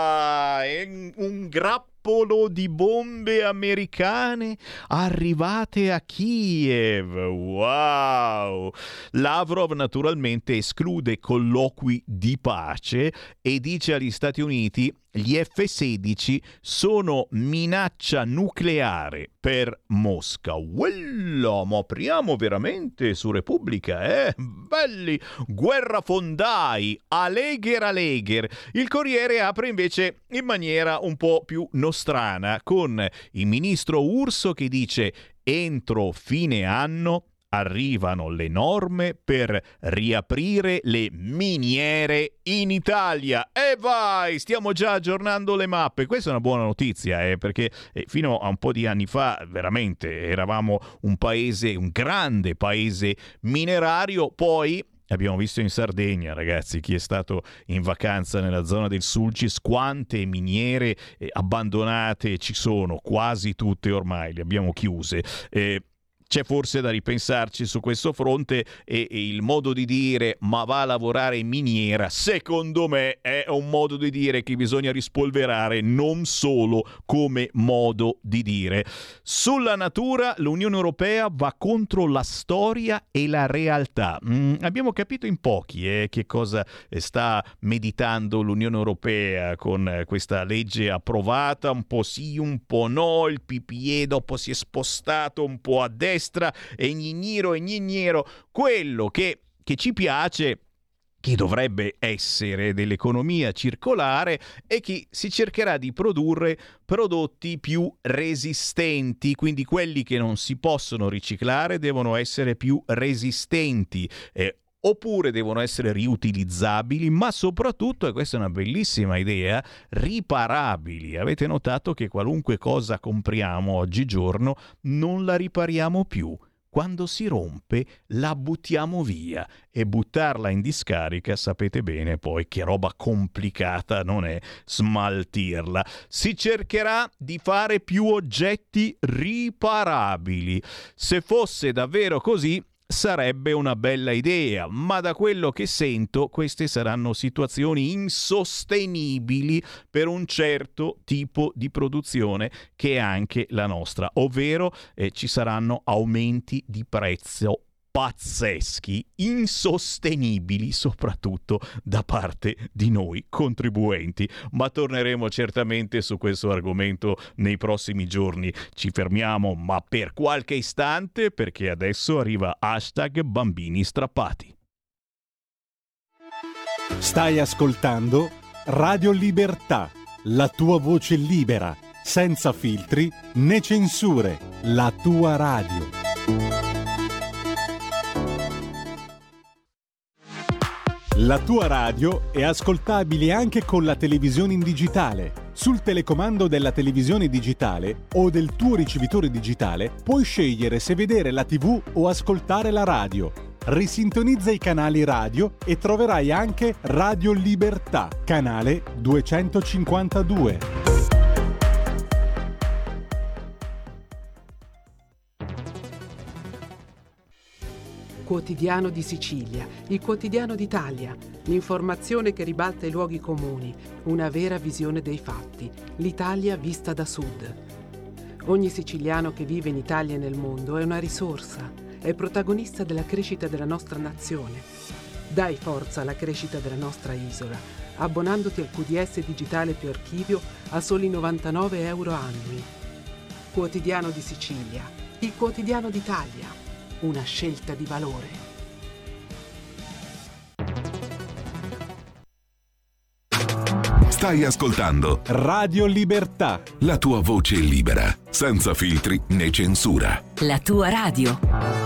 dai, un grappolo di bombe americane arrivate a Kiev, wow! Lavrov naturalmente esclude colloqui di pace e dice agli Stati Uniti: gli F sedici sono minaccia nucleare per Mosca. Uello, ma apriamo veramente su Repubblica, eh? Belli! Guerrafondai, Alegher Alegher. Il Corriere apre invece in maniera un po' più nostrana, con il ministro Urso che dice: entro fine anno arrivano le norme per riaprire le miniere in Italia. E vai, stiamo già aggiornando le mappe. Questa è una buona notizia, eh, perché eh, fino a un po' di anni fa veramente eravamo un paese, un grande paese minerario. Poi abbiamo visto in Sardegna, ragazzi, chi è stato in vacanza nella zona del Sulcis, quante miniere eh, abbandonate ci sono, quasi tutte ormai le abbiamo chiuse. Eh, C'è forse da ripensarci su questo fronte, e, e il modo di dire ma va a lavorare in miniera, secondo me è un modo di dire che bisogna rispolverare, non solo come modo di dire. Sulla natura l'Unione Europea va contro la storia e la realtà. Mm, abbiamo capito in pochi eh, che cosa sta meditando l'Unione Europea con questa legge approvata, un po' sì, un po' no, il P P E dopo si è spostato un po' a destra e gnigniro e gnignero. Quello che, che ci piace, che dovrebbe essere dell'economia circolare, e che si cercherà di produrre prodotti più resistenti, quindi quelli che non si possono riciclare devono essere più resistenti, eh, oppure devono essere riutilizzabili, ma soprattutto, e questa è una bellissima idea, riparabili. Avete notato che qualunque cosa compriamo oggigiorno non la ripariamo più. quando si rompe la buttiamo via, e buttarla in discarica sapete bene poi che roba complicata non è smaltirla. Si cercherà di fare più oggetti riparabili. Se fosse davvero così sarebbe una bella idea, ma da quello che sento queste saranno situazioni insostenibili per un certo tipo di produzione che è anche la nostra, ovvero eh, ci saranno aumenti di prezzo pazzeschi, insostenibili soprattutto da parte di noi contribuenti. Ma torneremo certamente su questo argomento nei prossimi giorni. Ci fermiamo ma per qualche istante, perché adesso arriva hashtag bambini strappati. Stai ascoltando Radio Libertà, la tua voce libera, senza filtri né censure, la tua radio. La tua radio è ascoltabile anche con la televisione in digitale. Sul telecomando della televisione digitale o del tuo ricevitore digitale puoi scegliere se vedere la tivù o ascoltare la radio. Risintonizza i canali radio e troverai anche Radio Libertà, canale duecentocinquantadue. Quotidiano di Sicilia, il quotidiano d'Italia, l'informazione che ribalta i luoghi comuni, una vera visione dei fatti, l'Italia vista da sud. Ogni siciliano che vive in Italia e nel mondo è una risorsa, è protagonista della crescita della nostra nazione. Dai forza alla crescita della nostra isola, abbonandoti al Q D S digitale più archivio a soli novantanove euro annui. Quotidiano di Sicilia, il quotidiano d'Italia. Una scelta di valore. Stai ascoltando Radio Libertà, la tua voce libera, senza filtri né censura. La tua radio.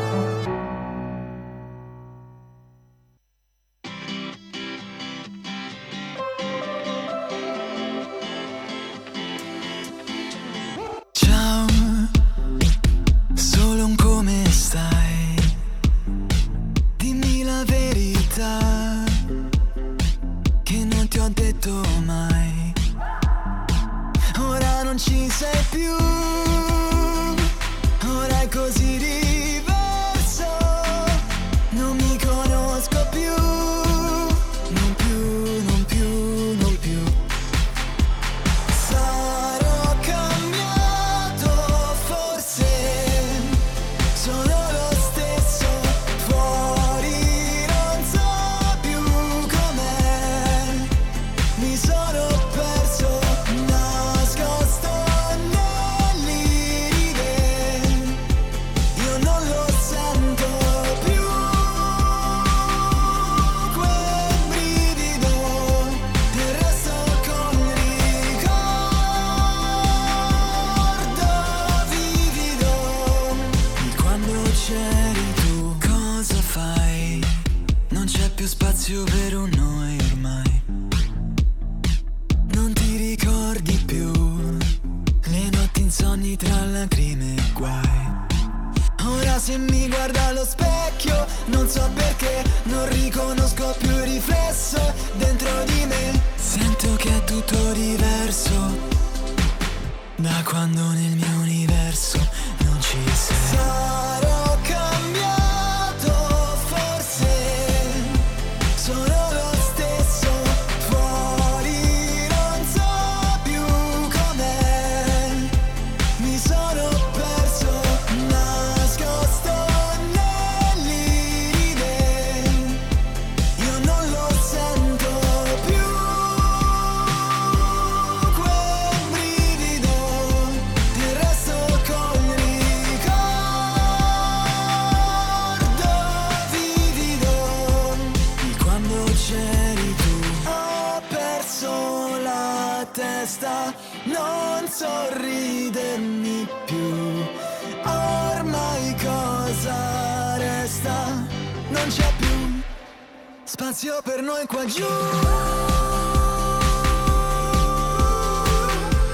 Spazio per noi qua giù.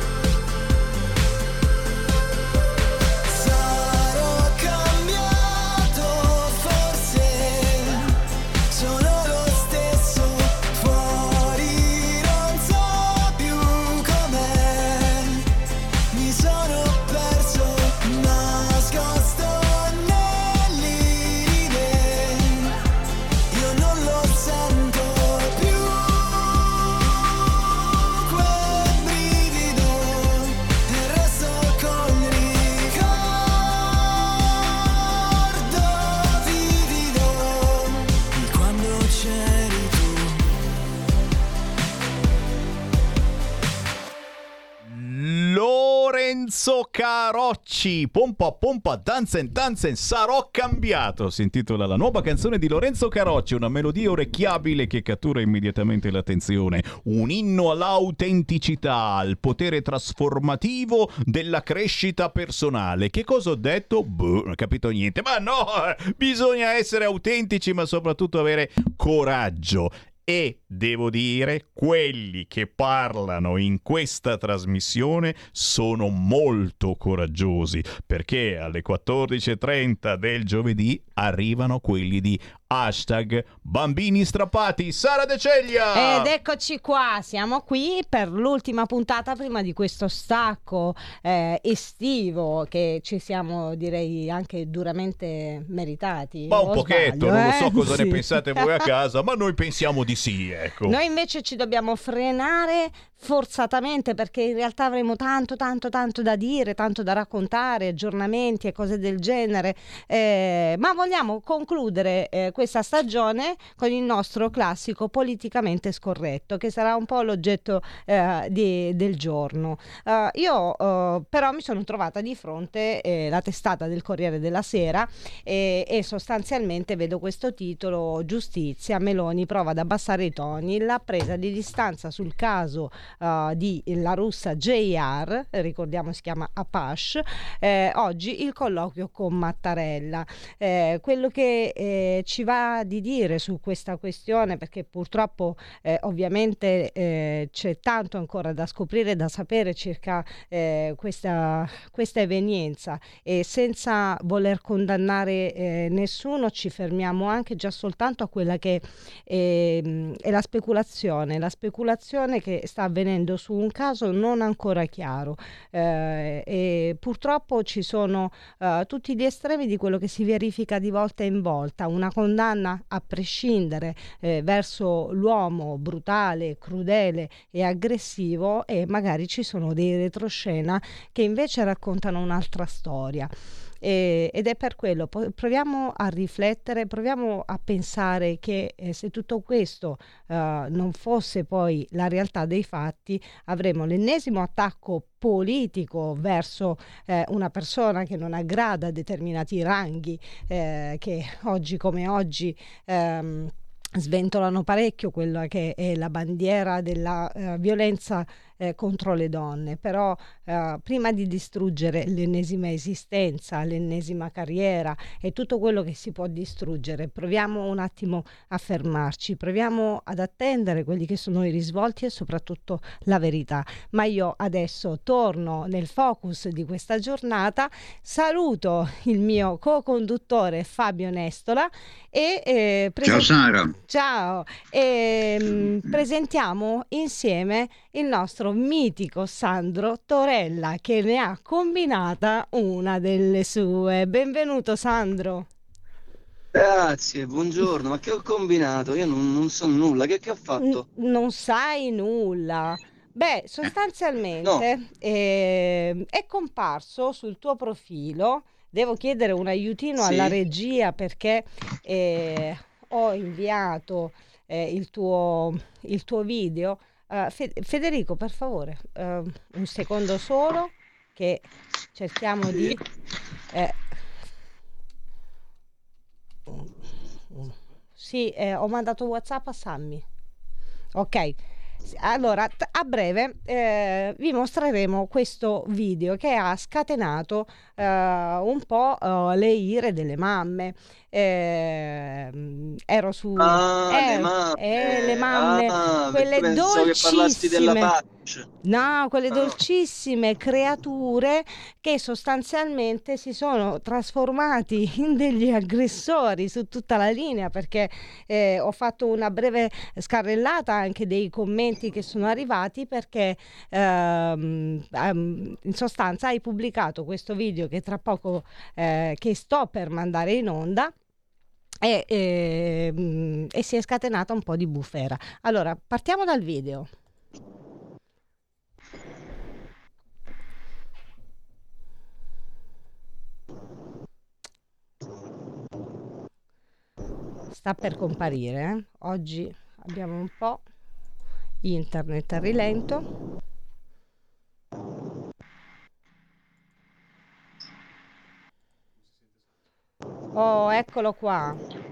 Sarò cambiato Lorenzo Carocci. Pompa pompa danzen danzen sarò cambiato, si intitola la nuova canzone di Lorenzo Carocci, una melodia orecchiabile che cattura immediatamente l'attenzione, un inno all'autenticità, al potere trasformativo della crescita personale. Che cosa ho detto? Boh, non ho capito niente. Ma no, bisogna essere autentici, ma soprattutto avere coraggio. E devo dire, quelli che parlano in questa trasmissione sono molto coraggiosi, perché alle quattordici e trenta del giovedì arrivano quelli di hashtag Bambini Strappati. Sara De Ceglia! Ed eccoci qua, siamo qui per l'ultima puntata prima di questo stacco eh, estivo che ci siamo, direi, anche duramente meritati. Ma un o pochetto, sbaglio, non lo eh? so cosa Sì. ne pensate voi a casa, ma noi pensiamo di sì, ecco. Noi invece ci dobbiamo frenare forzatamente, perché in realtà avremo tanto tanto tanto da dire, tanto da raccontare, aggiornamenti e cose del genere, eh, ma vogliamo concludere eh, questa stagione con il nostro classico politicamente scorretto, che sarà un po' l'oggetto eh, di, del giorno. Uh, io uh, però mi sono trovata di fronte eh, la testata del Corriere della Sera e, e sostanzialmente vedo questo titolo: Giustizia, Meloni prova ad abbassare i toni, la presa di distanza sul caso Uh, di la russa J R, ricordiamo si chiama Apache, eh, oggi il colloquio con Mattarella. Eh, quello che eh, ci va di dire su questa questione, perché purtroppo eh, ovviamente eh, c'è tanto ancora da scoprire, da sapere circa eh, questa, questa evenienza, e senza voler condannare eh, nessuno ci fermiamo anche già soltanto a quella che eh, è la speculazione, la speculazione che sta avvenendo su un caso non ancora chiaro, eh, e purtroppo ci sono eh, tutti gli estremi di quello che si verifica di volta in volta, una condanna a prescindere eh, verso l'uomo brutale, crudele e aggressivo, e magari ci sono dei retroscena che invece raccontano un'altra storia. E, ed è per quello proviamo a riflettere, proviamo a pensare che eh, se tutto questo eh, non fosse poi la realtà dei fatti, avremo l'ennesimo attacco politico verso eh, una persona che non aggrada determinati ranghi eh, che oggi come oggi ehm, sventolano parecchio quella che è la bandiera della uh, violenza eh, contro le donne. Però uh, prima di distruggere l'ennesima esistenza, l'ennesima carriera e tutto quello che si può distruggere, proviamo un attimo a fermarci, proviamo ad attendere quelli che sono i risvolti e soprattutto la verità. Ma io adesso torno nel focus di questa giornata, saluto il mio co-conduttore Fabio Nestola e eh, present- ciao Sara. Ciao, e mh, presentiamo insieme il nostro mitico Sandro Torella, che ne ha combinata una delle sue. Benvenuto Sandro. Grazie, buongiorno. Ma che ho combinato? Io non, non so nulla. Che, che ho fatto? N- non sai nulla. Beh, sostanzialmente No. eh, è comparso sul tuo profilo. Devo chiedere un aiutino Sì. alla regia, perché eh, ho inviato eh, il tuo, il tuo video. Uh, Fe- Federico, per favore, uh, un secondo solo, che cerchiamo di... Eh, sì, eh, ho mandato WhatsApp a Sammy. Ok. Allora, t- a breve eh, vi mostreremo questo video che ha scatenato eh, un po' eh, le ire delle mamme. Eh, ero su Ah, eh, le mamme. eh, le mamme, Ah, quelle perché pensavo che parlassi della dolcissime. pace. No, quelle dolcissime creature che sostanzialmente si sono trasformati in degli aggressori su tutta la linea, perché eh, ho fatto una breve scarrellata anche dei commenti che sono arrivati, perché ehm, ehm, in sostanza hai pubblicato questo video che tra poco eh, che sto per mandare in onda. E, e, e si è scatenata un po' di bufera. Allora, partiamo dal video. Sta per comparire, eh? Oggi abbiamo un po' internet a rilento. eccolo qua.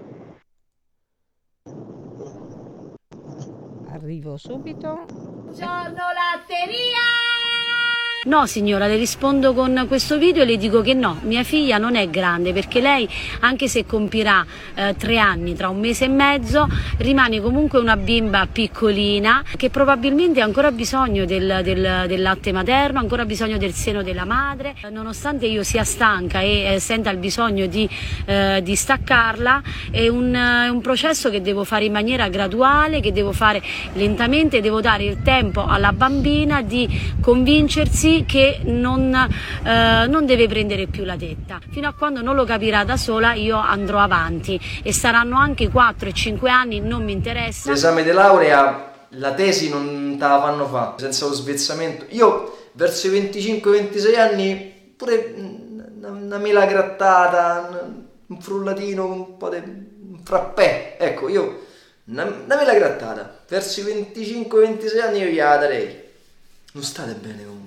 Arrivo subito. Buongiorno latteria! No signora, le rispondo con questo video e le dico che no, mia figlia non è grande, perché lei, anche se compirà eh, tre anni tra un mese e mezzo, rimane comunque una bimba piccolina che probabilmente ha ancora bisogno del, del, del latte materno, ha ancora bisogno del seno della madre. Nonostante io sia stanca e eh, senta il bisogno di, eh, di staccarla, è un, è un processo che devo fare in maniera graduale, che devo fare lentamente, devo dare il tempo alla bambina di convincersi che non, eh, non deve prendere più la tetta. Fino a quando non lo capirà da sola io andrò avanti, e saranno anche quattro e cinque anni, non mi interessa. L'esame di laurea, la tesi non te la fanno fare senza lo svezzamento. Io verso i venticinque ventisei anni pure una, una mela grattata, un frullatino, un po' di un frappè, ecco, io una, una mela grattata verso i venticinque ventisei anni io gliela darei. Non state bene comunque.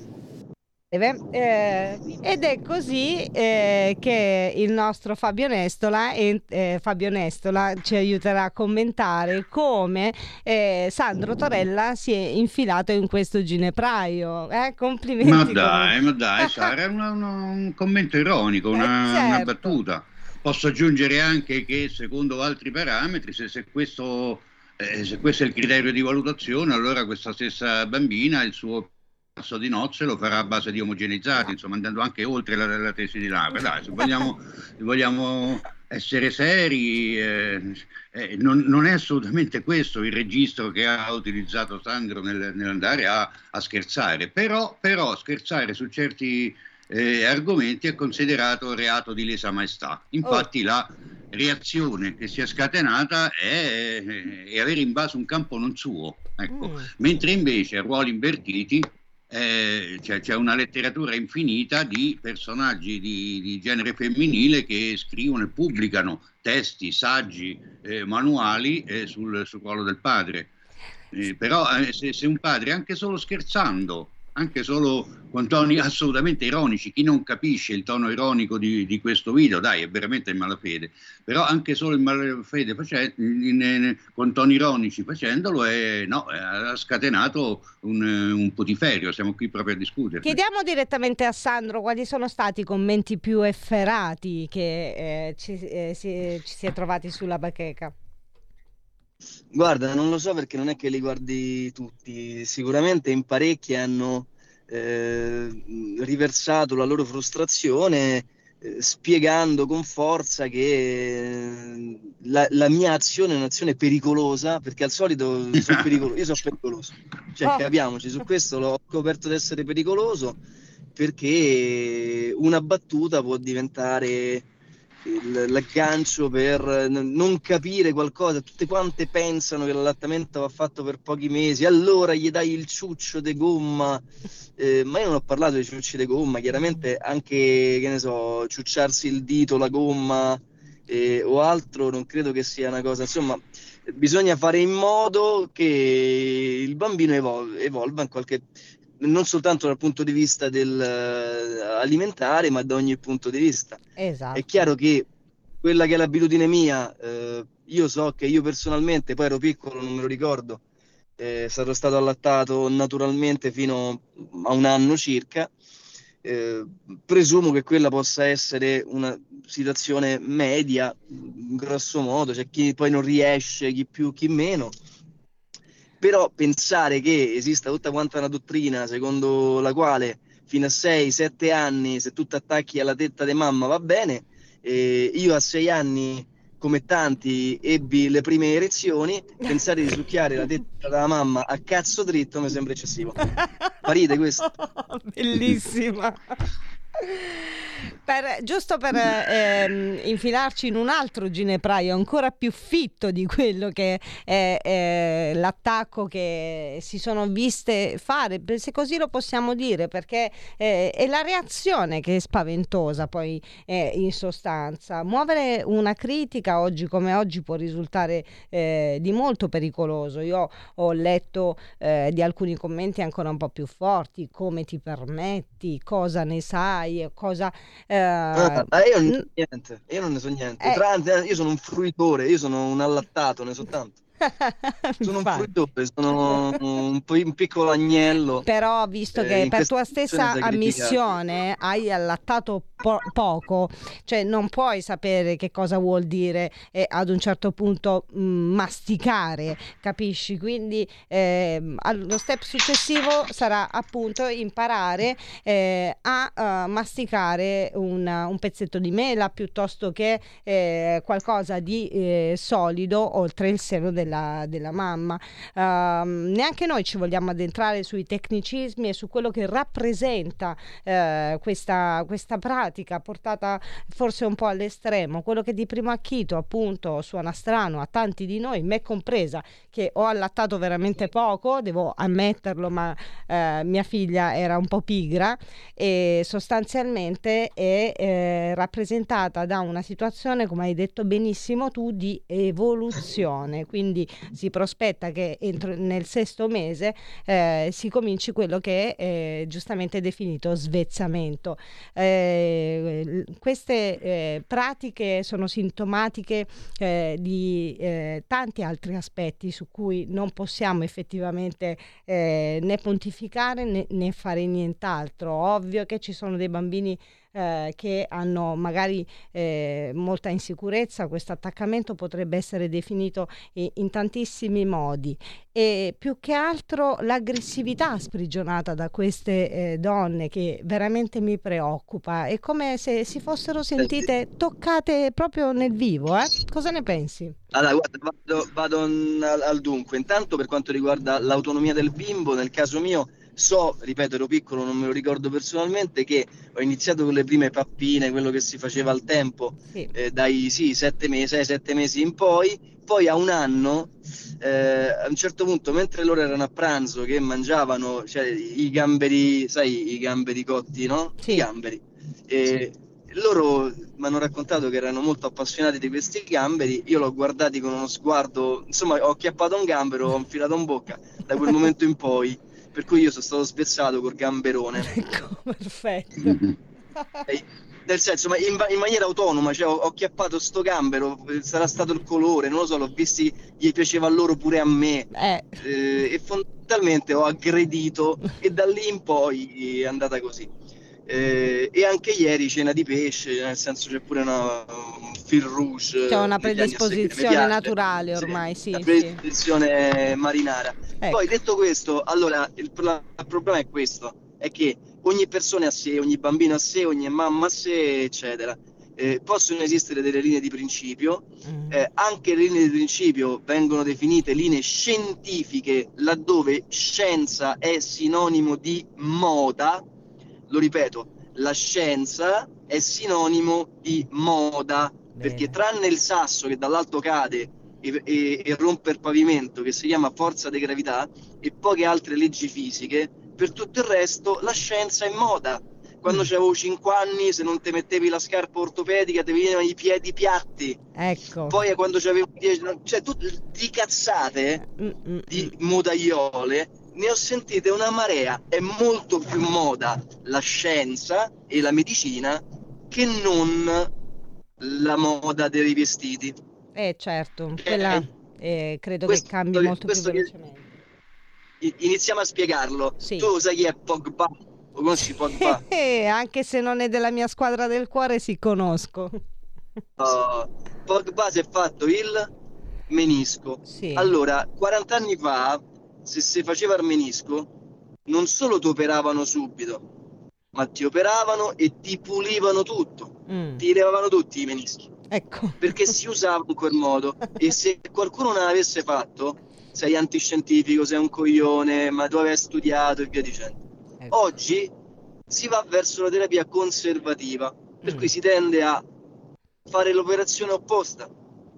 Eh, ed è così eh, che il nostro Fabio Nestola, e, eh, Fabio Nestola ci aiuterà a commentare come eh, Sandro Torella si è infilato in questo ginepraio. Eh? Complimenti. Ma dai, ma dai, Sara, è una, una, un commento ironico, una, eh, certo. una battuta. Posso aggiungere anche che secondo altri parametri, se, se questo... Eh, se questo è il criterio di valutazione, allora questa stessa bambina il suo passo di nozze lo farà a base di omogenizzati, insomma andando anche oltre la, la tesi di laurea. Dai, se vogliamo, se vogliamo essere seri, eh, eh, non, non è assolutamente questo il registro che ha utilizzato Sandro nel, nell'andare a, a scherzare, però, però scherzare su certi eh, argomenti è considerato reato di lesa maestà. Infatti oh. la reazione che si è scatenata è, è avere invaso un campo non suo, ecco. Mm. Mentre invece a ruoli invertiti eh, c'è, c'è una letteratura infinita di personaggi di, di genere femminile che scrivono e pubblicano testi, saggi, eh, manuali eh, sul, sul ruolo del padre. Eh, però eh, se, se un padre, anche solo scherzando, anche solo con toni assolutamente ironici, chi non capisce il tono ironico di, di questo video, dai, è veramente in malafede, però anche solo in malafede facendo, in, in, con toni ironici facendolo, è, no, ha scatenato un, un putiferio, siamo qui proprio a discutere. Chiediamo direttamente a Sandro quali sono stati i commenti più efferati che eh, ci, eh, si, ci si è trovati sulla bacheca. Guarda, non lo so perché non è che li guardi tutti, sicuramente in parecchi hanno eh, riversato la loro frustrazione eh, spiegando con forza che eh, la, la mia azione è un'azione pericolosa, perché al solito sono pericoloso, io sono pericoloso, cioè oh. capiamoci, su questo l'ho scoperto di essere pericoloso perché una battuta può diventare l'aggancio per non capire qualcosa. Tutte quante pensano che l'allattamento va fatto per pochi mesi, allora gli dai il ciuccio de gomma, eh, ma io non ho parlato di ciucci de gomma, chiaramente anche, che ne so, ciucciarsi il dito, la gomma eh, o altro non credo che sia una cosa, insomma bisogna fare in modo che il bambino evol- evolva in qualche, non soltanto dal punto di vista del uh, alimentare, ma da ogni punto di vista. Esatto. È chiaro che quella che è l'abitudine mia, eh, io so che io personalmente, poi ero piccolo, non me lo ricordo, eh, sarò stato allattato naturalmente fino a un anno circa, eh, presumo che quella possa essere una situazione media, grosso modo, c'è chi poi non riesce, chi più, chi meno. Però pensare che esista tutta quanta una dottrina secondo la quale fino a sei sette anni se tu ti attacchi alla tetta di mamma va bene, eh, io a sei anni come tanti ebbi le prime erezioni, pensare di succhiare la tetta della mamma a cazzo dritto mi sembra eccessivo. Parite questo? Bellissima. Per, giusto per ehm, infilarci in un altro ginepraio ancora più fitto di quello che è, è l'attacco che si sono viste fare, se così lo possiamo dire, perché eh, è la reazione che è spaventosa poi eh, in sostanza. Muovere una critica oggi come oggi può risultare eh, di molto pericoloso. Io ho letto eh, di alcuni commenti ancora un po' più forti: come ti permetti, cosa ne sai, fai e cosa... Eh, Ah, ah, io non ne so niente, io non ne so niente. Eh. Tra- io sono un fruitore, io sono un allattato, ne so tanto. Sono un Infatti. fruitore, sono un, po- un piccolo agnello. Però visto eh, che in per questa tua situazione stessa sacrificato. ammissione hai allattato po- poco, cioè non puoi sapere che cosa vuol dire eh, ad un certo punto mh, masticare, capisci? Quindi ehm, al- lo step successivo sarà appunto imparare eh, a eh, masticare un, un pezzetto di mela piuttosto che eh, qualcosa di eh, solido oltre il seno della, della mamma. Ehm, neanche noi ci vogliamo addentrare sui tecnicismi e su quello che rappresenta eh, questa, questa pratica portata forse un po' all'estremo. Quello che di primo acchito appunto suona strano a tanti di noi, me compresa, che ho allattato veramente poco, devo ammetterlo, ma eh, mia figlia era un po' pigra, e sostanzialmente è eh, rappresentata da una situazione, come hai detto benissimo tu, di evoluzione. Quindi si prospetta che entro nel sesto mese eh, si cominci quello che è eh, giustamente definito svezzamento. Eh, queste eh, pratiche sono sintomatiche eh, di eh, tanti altri aspetti su cui non possiamo effettivamente eh, né pontificare né, né fare nient'altro. Ovvio che ci sono dei bambini eh, che hanno magari eh, molta insicurezza. Questo attaccamento potrebbe essere definito in, in tantissimi modi, e più che altro l'aggressività sprigionata da queste eh, donne che veramente mi preoccupa. È come se si fossero sentite toccate proprio nel vivo, eh? Cosa ne pensi? Allora, guarda, vado, vado al, al dunque. Intanto, per quanto riguarda l'autonomia del bimbo, nel caso mio, so, ripeto, ero piccolo, non me lo ricordo personalmente, che ho iniziato con le prime pappine, quello che si faceva al tempo, Sì. eh, dai sì, sette mesi, sei, sette mesi in poi. Poi a un anno, eh, a un certo punto, mentre loro erano a pranzo, che mangiavano, cioè, i gamberi, sai, i gamberi cotti, no? Sì. I gamberi. E loro mi hanno raccontato che erano molto appassionati di questi gamberi. Io l'ho guardati con uno sguardo, insomma, ho acchiappato un gambero, ho infilato in bocca. Da quel momento in poi, per cui io sono stato spezzato col gamberone. Ecco, perfetto. E, nel senso, ma in, in maniera autonoma, cioè ho, ho acchiappato sto gambero, eh, sarà stato il colore, non lo so, l'ho visti, gli piaceva a loro pure a me, Eh. eh, e fondamentalmente ho aggredito, e da lì in poi è andata così. Eh, e anche ieri cena di pesce, nel senso c'è pure una, un fil rouge. C'è una negli anni a seguire, mi predisposizione piace. naturale ormai, sì, La sì. predisposizione marinara. Ecco. Poi detto questo, allora il, pro- il problema è questo, è che ogni persona a sé, ogni bambino a sé, ogni mamma a sé, eccetera. Eh, possono esistere delle linee di principio, eh, anche le linee di principio vengono definite linee scientifiche, laddove scienza è sinonimo di moda. Lo ripeto, la scienza è sinonimo di moda. Bene. Perché tranne il sasso che dall'alto cade e, e, e rompe il pavimento, che si chiama forza di gravità, e poche altre leggi fisiche, per tutto il resto la scienza è moda. Quando mm. avevo cinque anni, se non ti mettevi la scarpa ortopedica ti venivano i piedi piatti. Ecco. Poi quando c'avevo dieci, cioè tutte di cazzate, mm-mm. di modaiole, ne ho sentite una marea. È molto più moda la scienza e la medicina che non la moda dei vestiti. Eh certo, quella eh, credo questo, che cambi molto più velocemente. Che, iniziamo a spiegarlo. Sì. Tu sai chi è Pogba? Lo conosci Pogba? Eh, anche se non è della mia squadra del cuore, si conosco. Uh, Pogba si è fatto il menisco. Sì. Allora, quaranta anni fa, se si faceva il menisco, non solo ti operavano subito, ma ti operavano e ti pulivano tutto. Mm. Ti levavano tutti i menischi. Ecco. Perché si usava in quel modo. E se qualcuno non l'avesse fatto, sei antiscientifico, sei un coglione, ma tu avevi studiato e via dicendo. Ecco. Oggi si va verso la terapia conservativa, per mm. cui si tende a fare l'operazione opposta,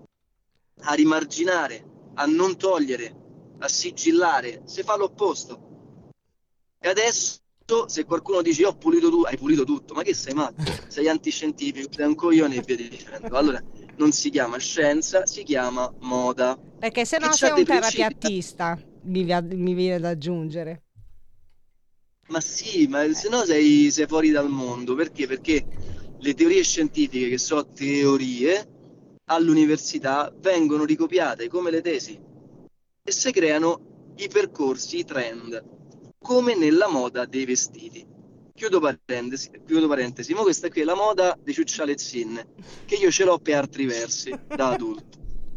a rimarginare, a non togliere, a sigillare. Si fa l'opposto. E adesso, se qualcuno dice ho pulito tu, hai pulito tutto, ma che sei matto? Sei antiscientifico, sei un coglione e via dicendo. Allora non si chiama scienza, si chiama moda. Perché se no sei un terapeutista, mi, mi viene da aggiungere. Ma sì, ma se no sei, sei fuori dal mondo. Perché? Perché le teorie scientifiche, che sono teorie, all'università vengono ricopiate come le tesi e si creano i percorsi, i trend, come nella moda dei vestiti. Chiudo parentesi, chiudo parentesi, ma questa qui è la moda dei ciuccialezzine, che io ce l'ho per altri versi, da adulto.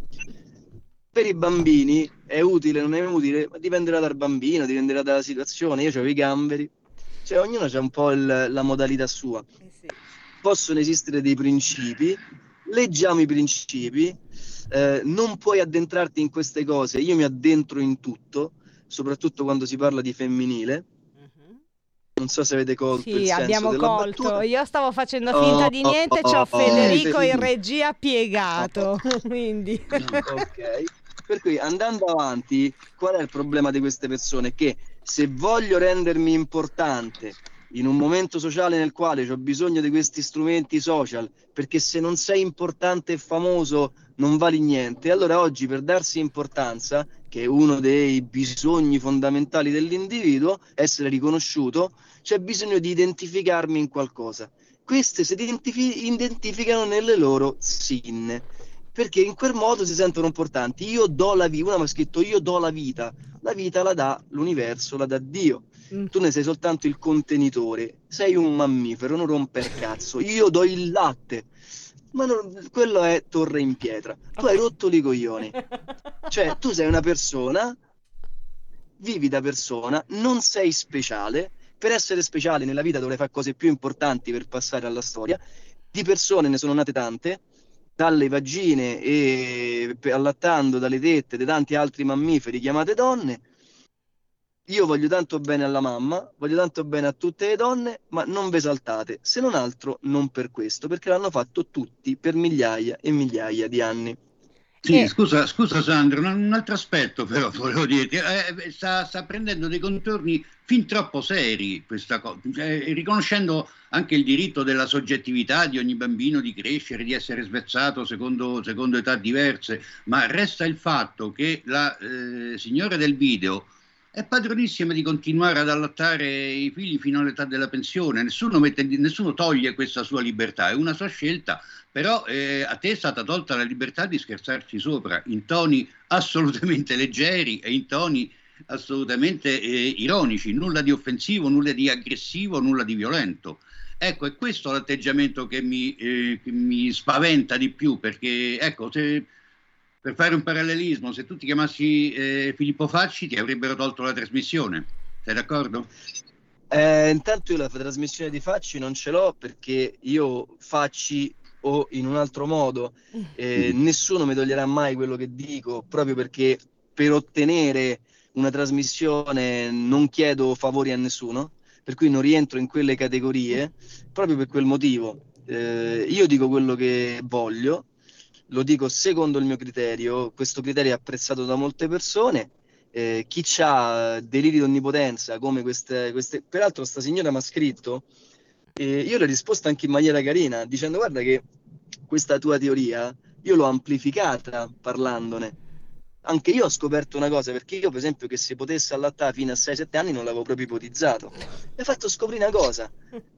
Per i bambini è utile, non è utile, ma dipenderà dal bambino, dipenderà dalla situazione. Io ho i gamberi, cioè ognuno ha un po' il, la modalità sua. Eh sì. Possono esistere dei principi, leggiamo i principi, eh, non puoi addentrarti in queste cose, io mi addentro in tutto, soprattutto quando si parla di femminile. Non so se avete colto il Sì, senso abbiamo della colto. battuta. Io stavo facendo finta Oh, di niente, oh, c'ho oh, Federico oh, in regia piegato. Quindi Ok, per cui andando avanti, qual è il problema di queste persone? Che se voglio rendermi importante in un momento sociale nel quale ho bisogno di questi strumenti social, perché se non sei importante e famoso non vali niente, allora oggi per darsi importanza, che è uno dei bisogni fondamentali dell'individuo, essere riconosciuto, c'è bisogno di identificarmi in qualcosa. Queste si identifi- identificano nelle loro sinne, perché in quel modo si sentono importanti. Io do la vita, una mi ha scritto io do la vita, la vita la dà l'universo, la dà Dio. Mm. Tu ne sei soltanto il contenitore, sei un mammifero, non romper cazzo, io do il latte. Ma non, quello è torre in pietra. Tu hai rotto i coglioni. Cioè, tu sei una persona, vivi da persona, non sei speciale. Per essere speciale nella vita dovrai fare cose più importanti per passare alla storia. Di persone ne sono nate tante, dalle vagine e allattando dalle tette di tanti altri mammiferi chiamate donne. Io voglio tanto bene alla mamma, voglio tanto bene a tutte le donne, ma non vi esaltate, se non altro non per questo, perché l'hanno fatto tutti per migliaia e migliaia di anni. Sì, E... scusa, scusa Sandro, un, un altro aspetto però volevo dirti, eh, sta, sta prendendo dei contorni fin troppo seri questa cosa, cioè, riconoscendo anche il diritto della soggettività di ogni bambino di crescere, di essere svezzato secondo, secondo età diverse, ma resta il fatto che la eh, signora del video è padronissima di continuare ad allattare i figli fino all'età della pensione, nessuno, mette, nessuno toglie questa sua libertà, è una sua scelta, però eh, a te è stata tolta la libertà di scherzarci sopra in toni assolutamente leggeri e in toni assolutamente eh, ironici, nulla di offensivo, nulla di aggressivo, nulla di violento. Ecco, è questo l'atteggiamento che mi, eh, che mi spaventa di più, perché ecco, se... Per fare un parallelismo, se tu ti chiamassi eh, Filippo Facci ti avrebbero tolto la trasmissione, sei d'accordo? Eh, intanto io la trasmissione di Facci non ce l'ho, perché io Facci o in un altro modo eh, nessuno mi toglierà mai quello che dico, proprio perché per ottenere una trasmissione non chiedo favori a nessuno, per cui non rientro in quelle categorie, proprio per quel motivo. Eh, io dico quello che voglio, lo dico secondo il mio criterio, questo criterio è apprezzato da molte persone, eh, chi ha deliri di onnipotenza come queste, queste... peraltro sta signora mi ha scritto, e io le ho risposto anche in maniera carina, dicendo guarda che questa tua teoria io l'ho amplificata parlandone, anche io ho scoperto una cosa, perché io per esempio che si potesse allattare fino a sei sette anni non l'avevo proprio ipotizzato, mi ha fatto scoprire una cosa.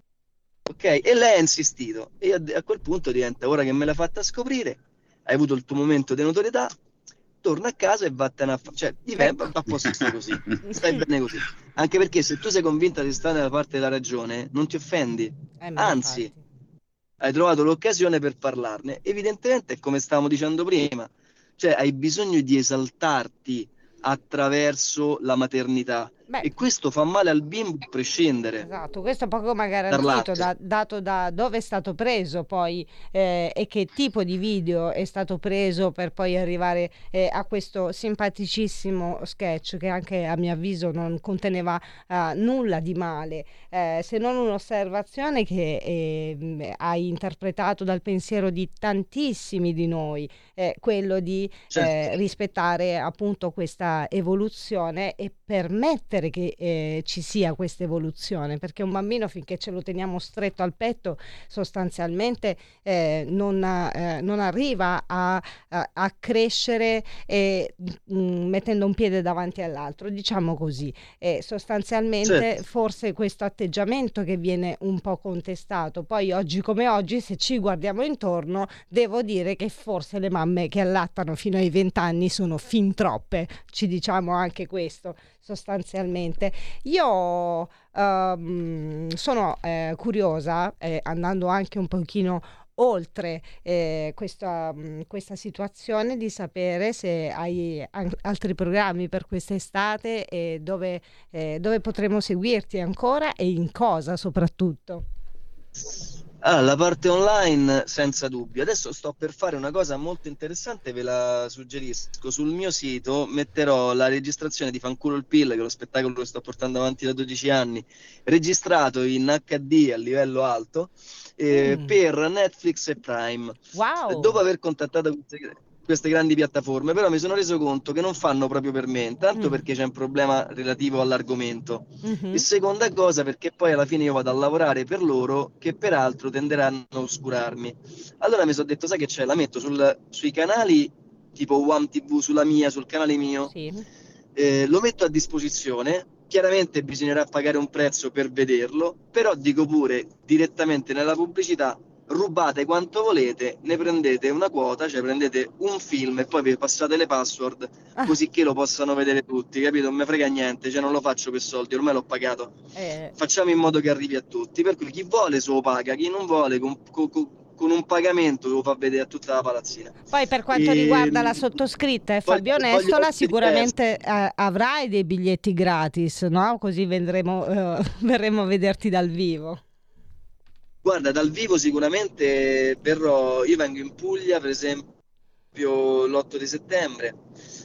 Ok, e lei ha insistito, e a, a quel punto diventa, ora che me l'ha fatta scoprire, hai avuto il tuo momento di notorietà, torna a casa e vattene a fare, cioè diventa a posto così, stai bene così, anche perché se tu sei convinta di stare dalla parte della ragione non ti offendi, Eh, anzi hai trovato l'occasione per parlarne. Evidentemente è come stavamo dicendo prima, cioè hai bisogno di esaltarti attraverso la maternità. Beh, e questo fa male al bimbo a prescindere. Esatto, questo è poco ma Dal garantito, latte. da- dato da dove è stato preso poi eh, e che tipo di video è stato preso per poi arrivare eh, a questo simpaticissimo sketch che anche a mio avviso non conteneva eh, nulla di male, eh, se non un'osservazione che eh, hai interpretato dal pensiero di tantissimi di noi, eh, quello di eh, Certo. rispettare appunto questa evoluzione e permettere permettere che eh, ci sia questa evoluzione, perché un bambino finché ce lo teniamo stretto al petto sostanzialmente eh, non, eh, non arriva a, a, a crescere eh, mh, mettendo un piede davanti all'altro, diciamo così. E sostanzialmente Certo. forse questo atteggiamento che viene un po' contestato. Poi oggi come oggi, se ci guardiamo intorno, devo dire che forse le mamme che allattano fino ai venti anni sono fin troppe, ci diciamo anche questo sostanzialmente. Io ehm, sono eh, curiosa, eh, andando anche un pochino oltre eh, questa, mh, questa situazione, di sapere se hai an- altri programmi per quest'estate e dove, eh, dove potremo seguirti ancora e in cosa soprattutto. Ah, la parte online senza dubbio. Adesso sto per fare una cosa molto interessante, ve la suggerisco. Sul mio sito metterò la registrazione di Fanculo il Pill, che è lo spettacolo che sto portando avanti da dodici anni, registrato in acca di a livello alto, eh, Mm. per Netflix e Prime. Wow! Dopo aver contattato queste, queste grandi piattaforme, però mi sono reso conto che non fanno proprio per me, intanto Mm. perché c'è un problema relativo all'argomento, Mhm. e seconda cosa perché poi alla fine io vado a lavorare per loro, che peraltro tenderanno a oscurarmi. Allora mi sono detto, sai che c'è, la metto sul- sui canali tipo One ti vu, sulla mia, sul canale mio, Sì. eh, lo metto a disposizione. Chiaramente bisognerà pagare un prezzo per vederlo, però dico pure direttamente nella pubblicità: rubate quanto volete, ne prendete una quota, cioè prendete un film e poi vi passate le password, Ah. così che lo possano vedere tutti, capito? Non me frega niente, cioè non lo faccio per soldi, ormai l'ho pagato. Eh, Facciamo in modo che arrivi a tutti, per cui chi vuole se lo paga, chi non vuole con, con- con un pagamento lo fa vedere a tutta la palazzina. Poi per quanto E- riguarda la sottoscritta e Fabio voglio- voglio Nestola, essere sicuramente eh, avrai dei biglietti gratis, no? Così vendremo, eh, verremo a vederti dal vivo. Guarda, dal vivo sicuramente verrò, io vengo in Puglia per esempio l'otto di settembre,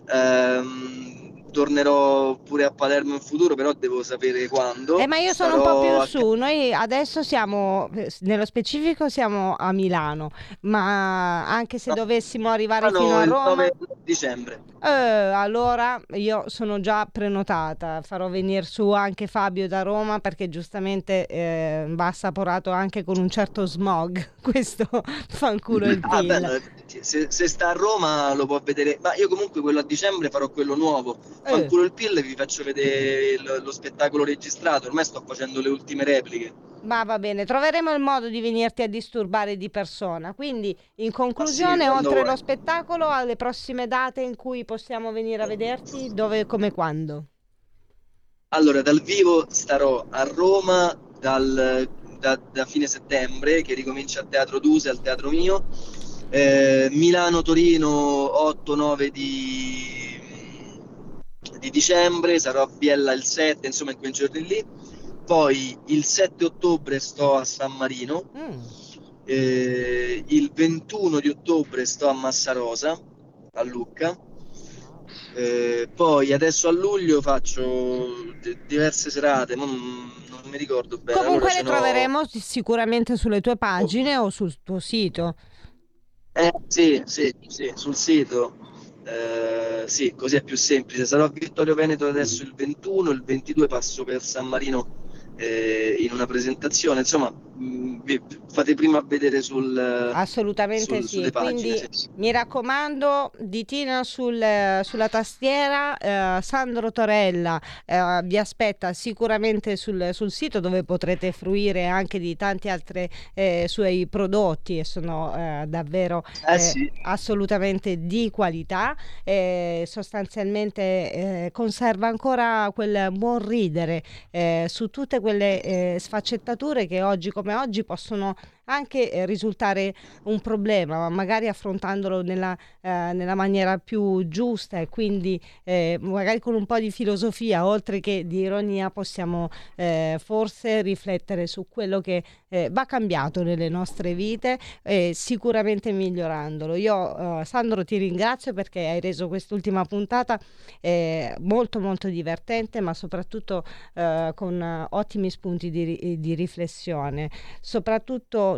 ehm, tornerò pure a Palermo in futuro, però devo sapere quando. Eh, ma io sono un po' Starò più a su, noi adesso siamo, eh, nello specifico siamo a Milano, ma anche se dovessimo arrivare Milano fino a il Roma, nove dicembre. eh, allora io sono già prenotata, farò venire su anche Fabio da Roma, perché giustamente eh, va assaporato anche con un certo smog, questo Fanculo il Ah, Pill. bello, se, se sta a Roma lo può vedere, ma io comunque quello a dicembre farò quello nuovo. Eh. Fanculo il Pill, vi faccio vedere lo, lo spettacolo registrato, ormai sto facendo le ultime repliche. Ma va bene, troveremo il modo di venirti a disturbare di persona. Quindi, in conclusione, quando oltre vuoi. lo spettacolo, alle prossime date in cui possiamo venire a vederti, dove, come, quando? Allora, dal vivo starò a Roma dal, da, da fine settembre, che ricomincia a Teatro Duse, al Teatro Mio, eh, Milano-Torino otto nove di, di dicembre, sarò a Biella il sette, insomma in quei giorni lì. Poi il sette ottobre sto a San Marino, Mm. eh, il ventuno di ottobre sto a Massarosa, a Lucca. Eh, poi adesso a luglio faccio d- diverse serate, non, non mi ricordo bene. Comunque Allora, le ce n'ho- troveremo s- sicuramente sulle tue pagine o sul tuo sito. Eh, sì, sì, sì, sul sito. Eh, sì, così è più semplice. Sarò a Vittorio Veneto adesso il ventuno, il ventidue passo per San Marino eh, in una presentazione. Insomma, mh, vi- fate prima a vedere sul, Assolutamente sul- sì, sulle pagine. quindi sì, sì. mi raccomando, ditina sul- sulla tastiera, eh, Sandro Torella eh, vi aspetta sicuramente sul, sul sito, dove potrete fruire anche di tanti altri eh, suoi prodotti, e sono eh, davvero Eh, eh, sì. assolutamente di qualità. Eh, sostanzialmente eh, conserva ancora quel buon ridere eh, su tutte quelle eh, sfaccettature che oggi come oggi possono anche eh, risultare un problema, ma magari affrontandolo nella, eh, nella maniera più giusta, e quindi eh, magari con un po' di filosofia oltre che di ironia possiamo eh, forse riflettere su quello che eh, va cambiato nelle nostre vite, eh, sicuramente migliorandolo. Io eh, Sandro ti ringrazio perché hai reso quest'ultima puntata eh, molto molto divertente, ma soprattutto eh, con eh, ottimi spunti di, ri- di riflessione. Soprattutto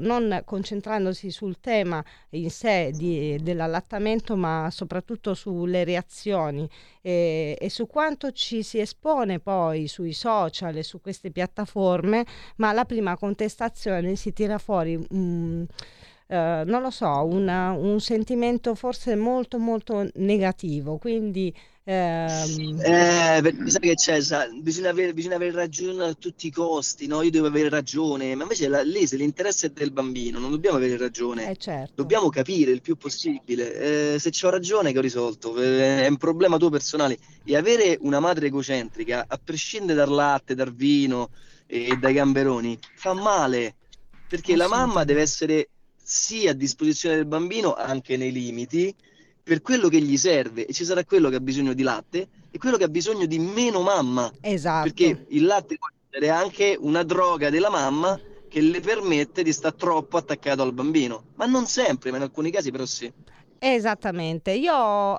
non concentrandosi sul tema in sé di, dell'allattamento, ma soprattutto sulle reazioni e, e su quanto ci si espone poi sui social e su queste piattaforme, ma la prima contestazione si tira fuori mh, Uh, non lo so, una, un sentimento forse molto molto negativo, quindi ehm... eh, sa che c'è, sa, bisogna, avere, bisogna avere ragione a tutti i costi, no? Io devo avere ragione, ma invece la, lì se l'interesse è del bambino non dobbiamo avere ragione, eh, certo. Dobbiamo capire il più possibile, eh, se c'ho ragione che ho risolto, eh, è un problema tuo personale, e avere una madre egocentrica, a prescindere dal latte, dal vino e dai gamberoni, fa male, perché la mamma deve essere sì a disposizione del bambino anche nei limiti per quello che gli serve, e ci sarà quello che ha bisogno di latte e quello che ha bisogno di meno mamma, esatto, perché il latte può essere anche una droga della mamma che le permette di stare troppo attaccato al bambino, ma non sempre, ma in alcuni casi però sì. Esattamente, io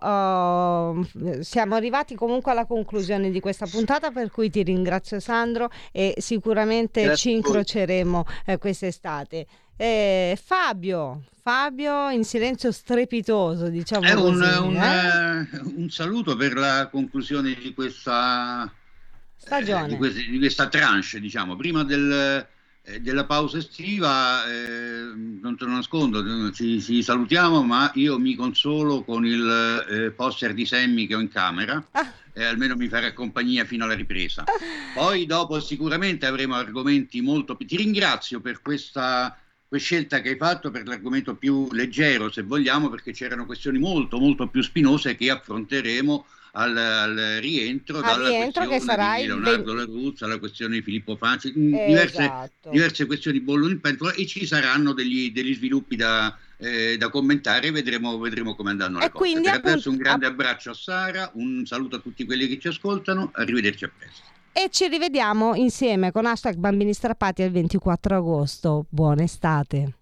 uh, siamo arrivati comunque alla conclusione di questa puntata, per cui ti ringrazio Sandro, e sicuramente Grazie ci incroceremo eh, quest'estate. Eh, Fabio, Fabio in silenzio strepitoso, diciamo è un, così, un, eh? un saluto per la conclusione di questa stagione, eh, di, questi, di questa tranche, diciamo, prima del Eh, della pausa estiva, eh, non te lo nascondo, ci, ci salutiamo, ma io mi consolo con il eh, poster di Sammy che ho in camera, ah. e almeno mi farà compagnia fino alla ripresa. Poi dopo sicuramente avremo argomenti molto più... Ti ringrazio per questa, questa scelta che hai fatto, per l'argomento più leggero, se vogliamo, perché c'erano questioni molto molto più spinose che affronteremo Al, al rientro, al dalla rientro questione che sarà di Leonardo il... La Ruzza, alla questione di Filippo Facci, diverse, esatto. diverse questioni bollano in pentola, e ci saranno degli, degli sviluppi da, eh, da commentare, vedremo, vedremo come andranno le e cose. Quindi, per appunto, adesso un grande app... abbraccio a Sara, un saluto a tutti quelli che ci ascoltano, arrivederci, a presto. E ci rivediamo insieme con hashtag Bambini Strappati il ventiquattro agosto. Buona estate.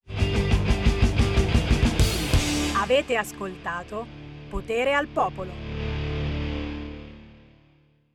Avete ascoltato Potere al Popolo.